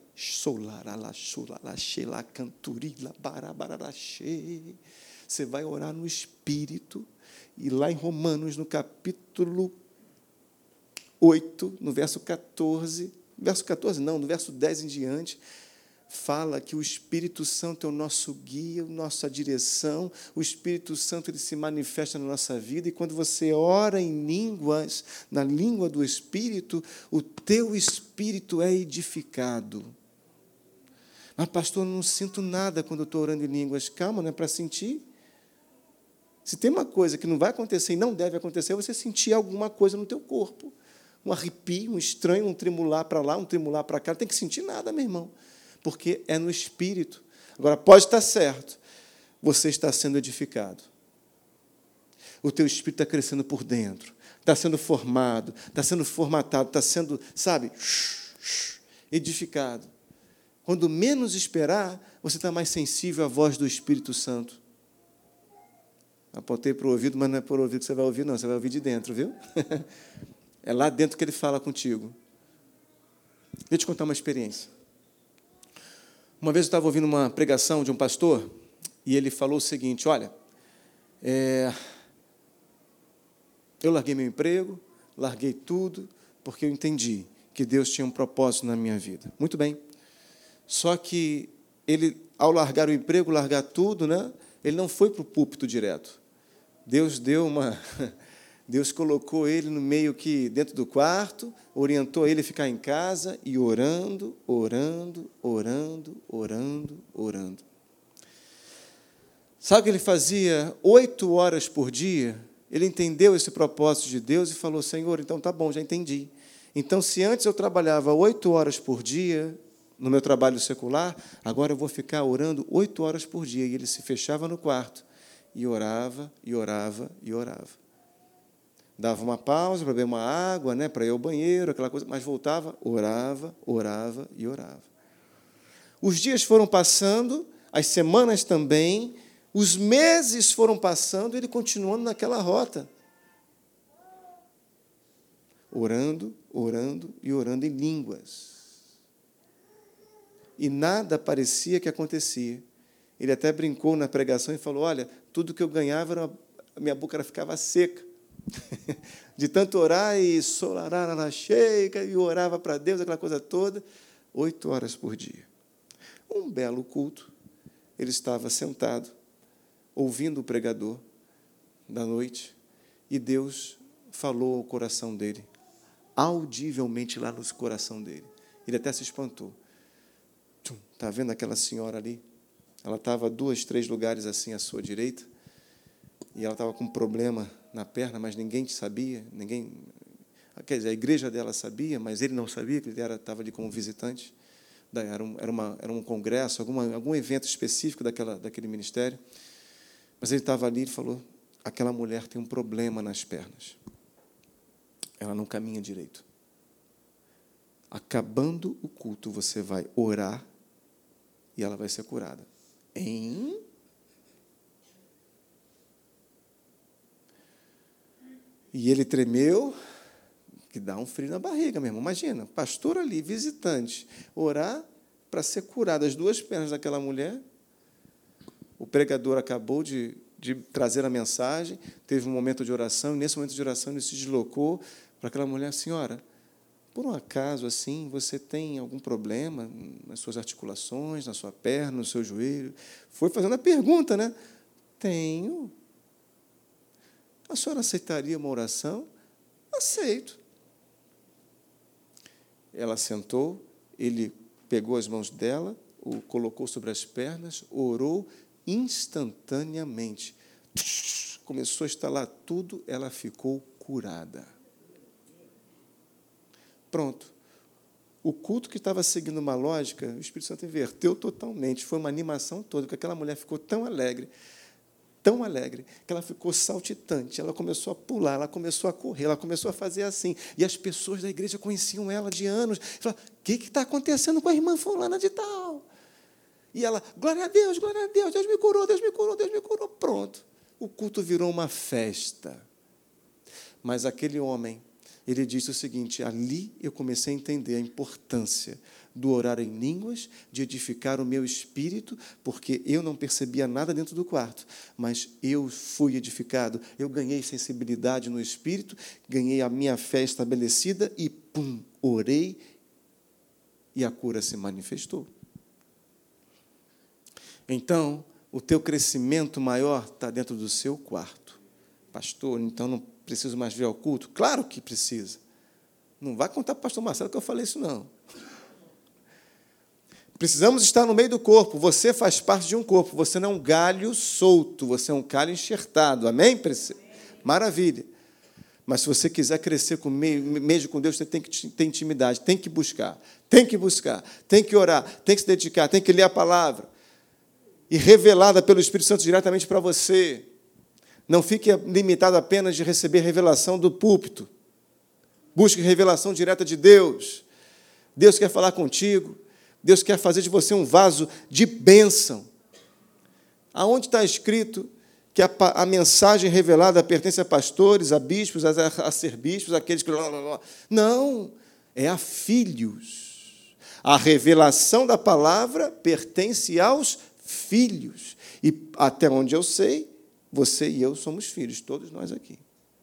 você vai orar no Espírito. E lá em Romanos, no capítulo oito, no verso catorze, verso catorze não, no verso dez em diante, fala que o Espírito Santo é o nosso guia, a nossa direção, o Espírito Santo ele se manifesta na nossa vida, e quando você ora em línguas, na língua do Espírito, o teu espírito é edificado. Mas, pastor, eu não sinto nada quando eu estou orando em línguas. Calma, não é para sentir. Se tem uma coisa que não vai acontecer e não deve acontecer, é você sentir alguma coisa no teu corpo. Um arrepio, um estranho, um tremular para lá, um tremular para cá. Não tem que sentir nada, meu irmão, porque é no Espírito. Agora, pode estar certo, você está sendo edificado. O teu espírito está crescendo por dentro, está sendo formado, está sendo formatado, está sendo, sabe, edificado. Quando menos esperar, você está mais sensível à voz do Espírito Santo. Apontei para o ouvido, mas não é por ouvido que você vai ouvir, não, você vai ouvir de dentro, viu? É lá dentro que ele fala contigo. Deixa eu te contar uma experiência. Uma vez eu estava ouvindo uma pregação de um pastor, e ele falou o seguinte, olha, é, eu larguei meu emprego, larguei tudo, porque eu entendi que Deus tinha um propósito na minha vida. Muito bem. Só que ele, ao largar o emprego, largar tudo, né, ele não foi para o púlpito direto. Deus deu uma... Deus colocou ele no meio que dentro do quarto, orientou ele a ficar em casa e orando, orando, orando, orando, orando. Sabe o que ele fazia? Oito horas por dia, ele entendeu esse propósito de Deus e falou, Senhor, então tá bom, já entendi. Então, se antes eu trabalhava oito horas por dia no meu trabalho secular, agora eu vou ficar orando oito horas por dia. E ele se fechava no quarto e orava, e orava, e orava. Dava uma pausa para beber uma água, né, para ir ao banheiro, aquela coisa, mas voltava, orava, orava e orava. Os dias foram passando, as semanas também, os meses foram passando, ele continuando naquela rota. Orando, orando e orando em línguas. E nada parecia que acontecia. Ele até brincou na pregação e falou, olha, tudo que eu ganhava, era, a minha boca ficava seca. De tanto orar e solarar na cheia, e orava para Deus, aquela coisa toda, oito horas por dia. Um belo culto, ele estava sentado, ouvindo o pregador da noite, e Deus falou ao coração dele, audivelmente lá no coração dele. Ele até se espantou. Está vendo aquela senhora ali? Ela estava a dois, três lugares assim à sua direita, e ela estava com um problema na perna, mas ninguém sabia, ninguém, quer dizer, a igreja dela sabia, mas ele não sabia, que ele era, estava ali como visitante, era um, era uma, era um congresso, alguma, algum evento específico daquela, daquele ministério, mas ele estava ali e falou, aquela mulher tem um problema nas pernas, ela não caminha direito. Acabando o culto, você vai orar e ela vai ser curada. Hein? E ele tremeu, que dá um frio na barriga, meu irmão. Imagina, pastor ali, visitante, orar para ser curado as duas pernas daquela mulher. O pregador acabou de, de trazer a mensagem, teve um momento de oração, e nesse momento de oração ele se deslocou para aquela mulher, senhora, por um acaso assim, você tem algum problema nas suas articulações, na sua perna, no seu joelho? Foi fazendo a pergunta, né? Tenho. A senhora aceitaria uma oração? Aceito. Ela sentou, ele pegou as mãos dela, o colocou sobre as pernas, orou instantaneamente. Começou a estalar tudo, ela ficou curada. Pronto. O culto que estava seguindo uma lógica, o Espírito Santo inverteu totalmente. Foi uma animação toda, porque aquela mulher ficou tão alegre, tão alegre, que ela ficou saltitante. Ela começou a pular, ela começou a correr, ela começou a fazer assim. E as pessoas da igreja conheciam ela de anos. Falaram, o que está acontecendo com a irmã fulana de tal? E ela, glória a Deus, glória a Deus, Deus me curou, Deus me curou, Deus me curou. Pronto. O culto virou uma festa. Mas aquele homem, ele disse o seguinte, ali eu comecei a entender a importância do orar em línguas, de edificar o meu espírito, porque eu não percebia nada dentro do quarto, mas eu fui edificado, eu ganhei sensibilidade no espírito, ganhei a minha fé estabelecida e, pum, orei e a cura se manifestou. Então, o teu crescimento maior está dentro do seu quarto. Pastor, então não preciso mais vir ao culto? Claro que precisa. Não vai contar para o pastor Marcelo que eu falei isso, não. Precisamos estar no meio do corpo. Você faz parte de um corpo. Você não é um galho solto, você é um galho enxertado. Amém? Maravilha. Mas se você quiser crescer com mesmo com Deus, você tem que ter intimidade, tem que buscar, tem que buscar, tem que orar, tem que se dedicar, tem que ler a palavra. E revelada pelo Espírito Santo diretamente para você. Não fique limitado apenas de receber revelação do púlpito. Busque revelação direta de Deus. Deus quer falar contigo. Deus quer fazer de você um vaso de bênção. Aonde está escrito que a, a mensagem revelada pertence a pastores, a bispos, a, a ser bispos, aqueles que... Não, é a filhos. A revelação da palavra pertence aos filhos. E, até onde eu sei, você e eu somos filhos, todos nós aqui.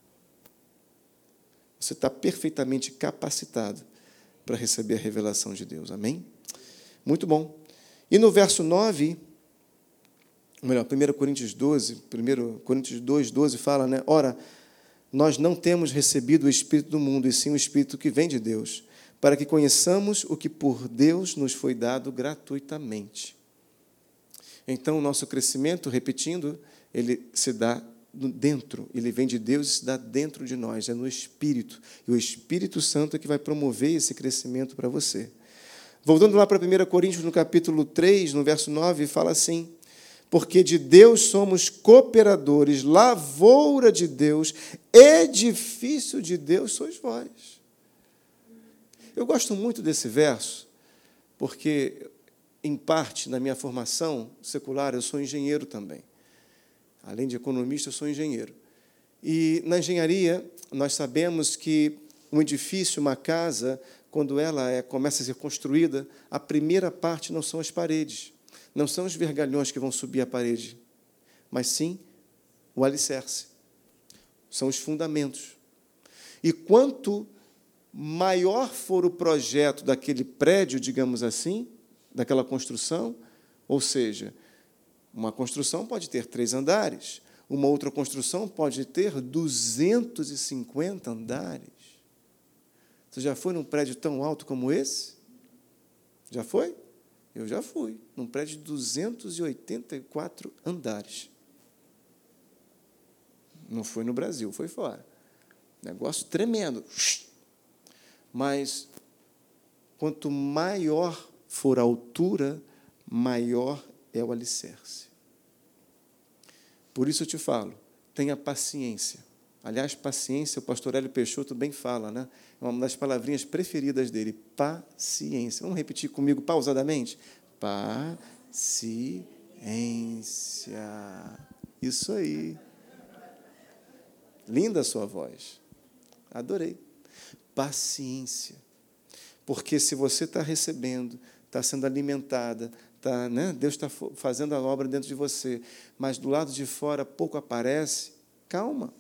Você está perfeitamente capacitado para receber a revelação de Deus. Amém? Muito bom. E no verso nove, ou melhor, primeira Coríntios doze, primeira Coríntios dois, doze fala, né? Ora, nós não temos recebido o Espírito do mundo, e sim o Espírito que vem de Deus, para que conheçamos o que por Deus nos foi dado gratuitamente. Então, o nosso crescimento, repetindo, ele se dá dentro, ele vem de Deus e se dá dentro de nós, é no Espírito. E o Espírito Santo é que vai promover esse crescimento para você. Voltando lá para primeira Coríntios, no capítulo três, no verso nove, fala assim, porque de Deus somos cooperadores, lavoura de Deus, edifício de Deus sois vós. Eu gosto muito desse verso, porque, em parte, na minha formação secular, eu sou engenheiro também. Além de economista, eu sou engenheiro. E, na engenharia, nós sabemos que um edifício, uma casa, quando ela é, começa a ser construída, a primeira parte não são as paredes, não são os vergalhões que vão subir a parede, mas sim o alicerce. São os fundamentos. E quanto maior for o projeto daquele prédio, digamos assim, daquela construção, ou seja, uma construção pode ter três andares, uma outra construção pode ter duzentos e cinquenta andares. Você já foi num prédio tão alto como esse? Já foi? Eu já fui, num prédio de duzentos e oitenta e quatro andares. Não foi no Brasil, foi fora. Negócio tremendo. Mas, quanto maior for a altura, maior é o alicerce. Por isso eu te falo, tenha paciência. Aliás, paciência, o pastor Hélio Peixoto bem fala, né? É uma das palavrinhas preferidas dele, paciência. Vamos repetir comigo pausadamente? Paciência. Isso aí. Linda a sua voz. Adorei. Paciência. Porque se você está recebendo, está sendo alimentada, tá, né? Deus está fazendo a obra dentro de você, mas do lado de fora pouco aparece, calma.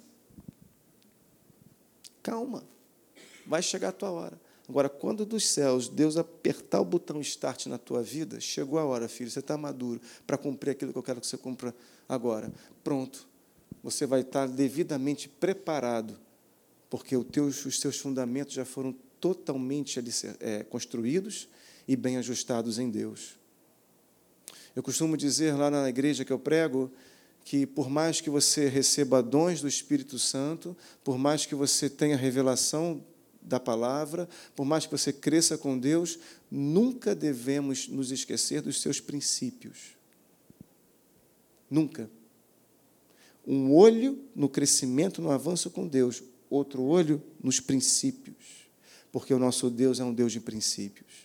Calma. Vai chegar a tua hora. Agora, quando dos céus Deus apertar o botão start na tua vida, chegou a hora, filho, você está maduro para cumprir aquilo que eu quero que você cumpra agora. Pronto. Você vai estar devidamente preparado, porque os teus, os seus fundamentos já foram totalmente é, construídos e bem ajustados em Deus. Eu costumo dizer lá na igreja que eu prego que, por mais que você receba dons do Espírito Santo, por mais que você tenha revelação da palavra, por mais que você cresça com Deus, nunca devemos nos esquecer dos seus princípios. Nunca. Um olho no crescimento, no avanço com Deus, outro olho nos princípios, porque o nosso Deus é um Deus de princípios.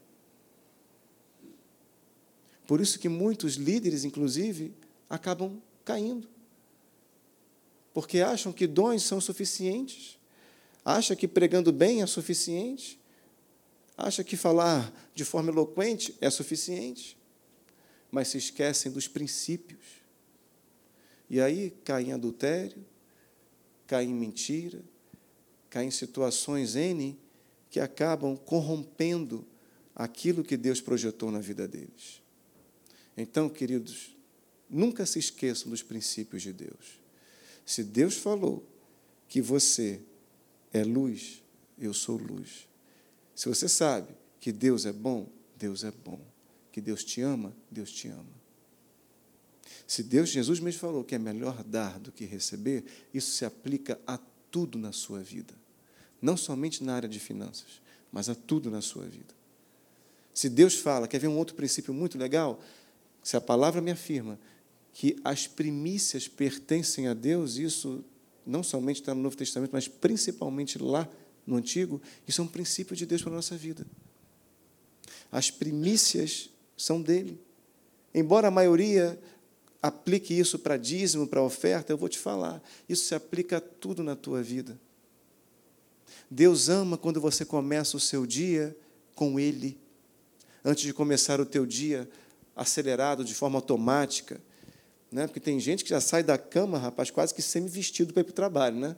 Por isso que muitos líderes, inclusive, acabam caindo, porque acham que dons são suficientes, acham que pregando bem é suficiente, acham que falar de forma eloquente é suficiente, mas se esquecem dos princípios. E aí caem em adultério, caem em mentira, caem em situações N que acabam corrompendo aquilo que Deus projetou na vida deles. Então, queridos, nunca se esqueçam dos princípios de Deus. Se Deus falou que você é luz, eu sou luz. Se você sabe que Deus é bom, Deus é bom. Que Deus te ama, Deus te ama. Se Deus, Jesus mesmo falou que é melhor dar do que receber, isso se aplica a tudo na sua vida. Não somente na área de finanças, mas a tudo na sua vida. Se Deus fala, quer ver um outro princípio muito legal? Se a palavra me afirma que as primícias pertencem a Deus, isso não somente está no Novo Testamento, mas principalmente lá no Antigo, isso é um princípio de Deus para a nossa vida. As primícias são dele. Embora a maioria aplique isso para dízimo, para oferta, eu vou te falar, isso se aplica a tudo na tua vida. Deus ama quando você começa o seu dia com Ele. Antes de começar o teu dia acelerado de forma automática, né? Porque tem gente que já sai da cama, rapaz, quase que semi-vestido para ir para o trabalho, né?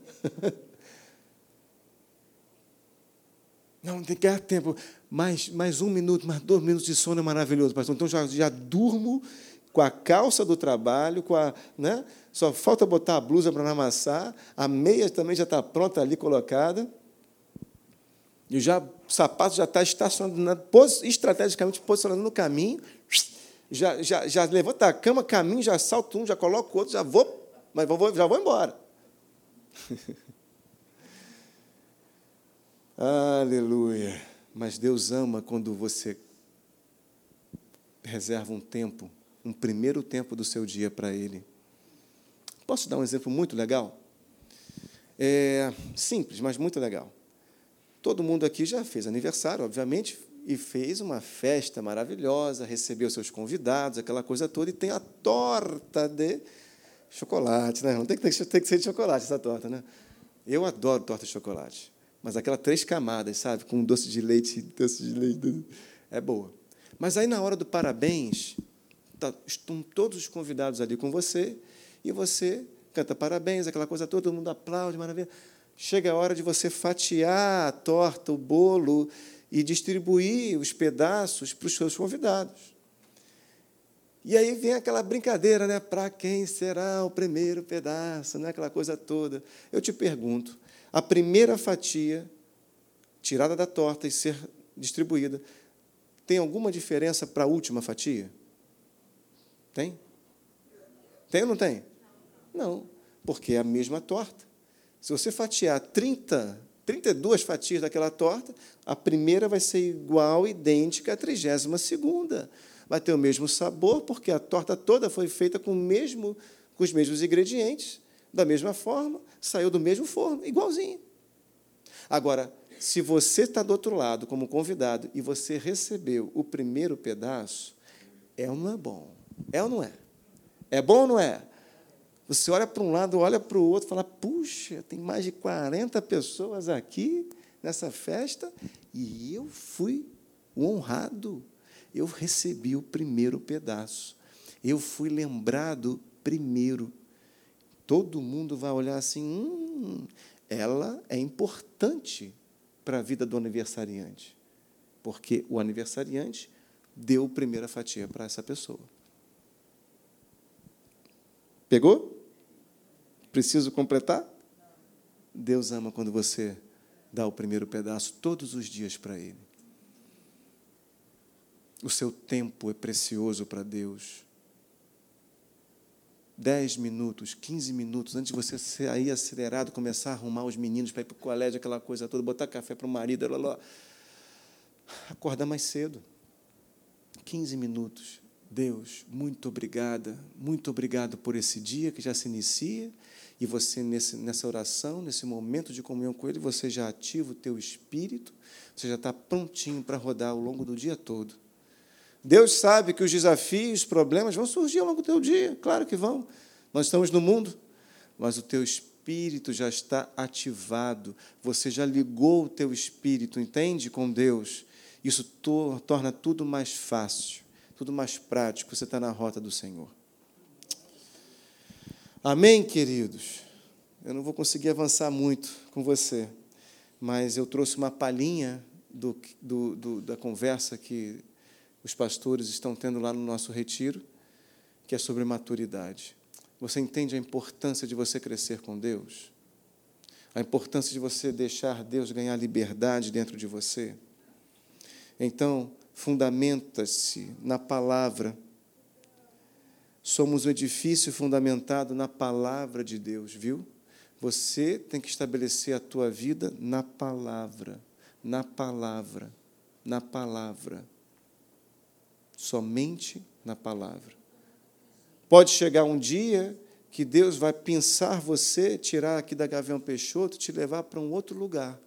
Não, tem que ganhar tempo. Mais, mais um minuto, mais dois minutos de sono é maravilhoso, pastor. Então, já, já durmo com a calça do trabalho, com a, né? Só falta botar a blusa para não amassar, a meia também já está pronta ali, colocada, e já, o sapato já está estacionado, estrategicamente posicionado no caminho, já, já, já levanta a cama, caminho, já salto um, já coloco o outro, já vou, mas vou, já vou embora. Aleluia. Mas Deus ama quando você reserva um tempo, um primeiro tempo do seu dia para Ele. Posso dar um exemplo muito legal? É simples, mas muito legal. Todo mundo aqui já fez aniversário, obviamente, e fez uma festa maravilhosa, recebeu seus convidados, aquela coisa toda, e tem a torta de chocolate, né? Não tem que, tem que ser de chocolate essa torta, né? Eu adoro torta de chocolate, mas aquela três camadas, sabe? Com doce de leite, doce de leite, é boa. Mas aí, na hora do parabéns, tá, estão todos os convidados ali com você, e você canta parabéns, aquela coisa toda, todo mundo aplaude, maravilha. Chega a hora de você fatiar a torta, o bolo, e distribuir os pedaços para os seus convidados. E aí vem aquela brincadeira, né? Para quem será o primeiro pedaço, né? Aquela coisa toda. Eu te pergunto, a primeira fatia tirada da torta e ser distribuída, tem alguma diferença para a última fatia? Tem? Tem ou não tem? Não, porque é a mesma torta. Se você fatiar trinta, trinta e duas fatias daquela torta, a primeira vai ser igual, idêntica à trigésima segunda. Vai ter o mesmo sabor, porque a torta toda foi feita com, o mesmo, com os mesmos ingredientes, da mesma forma, saiu do mesmo forno, igualzinho. Agora, se você está do outro lado, como convidado, e você recebeu o primeiro pedaço, é ou não é bom? É ou não é? É bom ou não é? Você olha para um lado, olha para o outro, fala, puxa, tem mais de quarenta pessoas aqui nessa festa, e eu fui o honrado. Eu recebi o primeiro pedaço. Eu fui lembrado primeiro. Todo mundo vai olhar assim, hum, ela é importante para a vida do aniversariante, porque o aniversariante deu a primeira fatia para essa pessoa. Pegou? Preciso completar? Deus ama quando você dá o primeiro pedaço todos os dias para Ele. O seu tempo é precioso para Deus. dez minutos, quinze minutos, antes de você sair acelerado, começar a arrumar os meninos para ir para o colégio, aquela coisa toda, botar café para o marido, lá, lá. Acordar mais cedo. quinze minutos. Deus, muito obrigada, muito obrigado por esse dia que já se inicia, e você, nesse, nessa oração, nesse momento de comunhão com Ele, você já ativa o teu espírito, você já está prontinho para rodar ao longo do dia todo. Deus sabe que os desafios, os problemas vão surgir ao longo do teu dia, claro que vão. Nós estamos no mundo, mas o teu espírito já está ativado, você já ligou o teu espírito, entende, com Deus. Isso to- torna tudo mais fácil, tudo mais prático, você está na rota do Senhor. Amém, queridos? Eu não vou conseguir avançar muito com você, mas eu trouxe uma palhinha do, do, do, da conversa que os pastores estão tendo lá no nosso retiro, que é sobre maturidade. Você entende a importância de você crescer com Deus? A importância de você deixar Deus ganhar liberdade dentro de você? Então, fundamenta-se na palavra. Somos um edifício fundamentado na palavra de Deus, viu? Você tem que estabelecer a tua vida na palavra, na palavra, na palavra. Somente na palavra. Pode chegar um dia que Deus vai pensar você, tirar aqui da Gavião Peixoto, te levar para um outro lugar.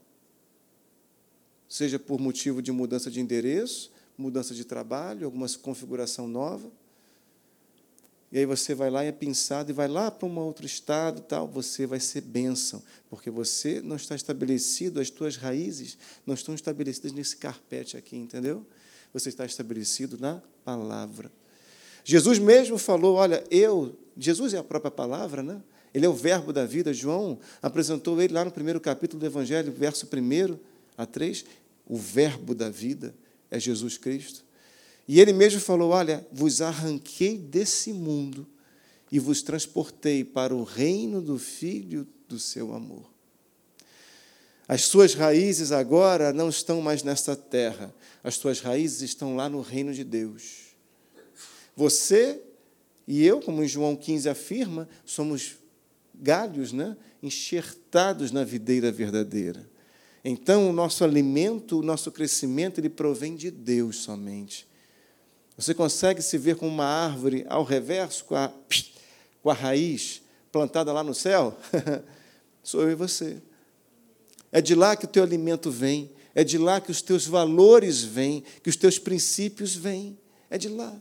Seja por motivo de mudança de endereço, mudança de trabalho, alguma configuração nova. E aí você vai lá e é pensado, e vai lá para um outro estado, tal, você vai ser bênção, porque você não está estabelecido, as tuas raízes não estão estabelecidas nesse carpete aqui, entendeu? Você está estabelecido na palavra. Jesus mesmo falou, olha, eu, Jesus é a própria palavra, né? Ele é o verbo da vida. João apresentou ele lá no primeiro capítulo do Evangelho, verso primeiro a três, o verbo da vida é Jesus Cristo. E ele mesmo falou, olha, vos arranquei desse mundo e vos transportei para o reino do Filho do seu amor. As suas raízes agora não estão mais nesta terra, as suas raízes estão lá no reino de Deus. Você e eu, como em João quinze afirma, somos galhos, né, enxertados na videira verdadeira. Então, o nosso alimento, o nosso crescimento, ele provém de Deus somente. Você consegue se ver como uma árvore ao reverso, com a, com a raiz plantada lá no céu? Sou eu e você. É de lá que o teu alimento vem, é de lá que os teus valores vêm, que os teus princípios vêm. É de lá.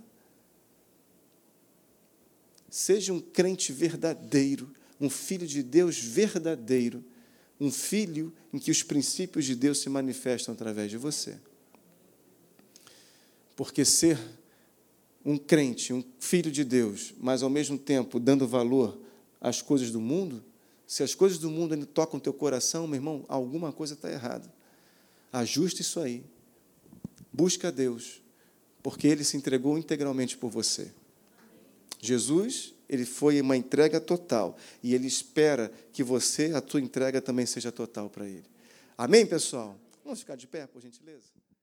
Seja um crente verdadeiro, um filho de Deus verdadeiro, um filho em que os princípios de Deus se manifestam através de você. Porque ser um crente, um filho de Deus, mas, ao mesmo tempo, dando valor às coisas do mundo, se as coisas do mundo ainda tocam o teu coração, meu irmão, alguma coisa está errada. Ajuste isso aí. Busca a Deus, porque Ele se entregou integralmente por você. Jesus, Ele foi uma entrega total, e Ele espera que você, a tua entrega também seja total para Ele. Amém, pessoal? Vamos ficar de pé, por gentileza?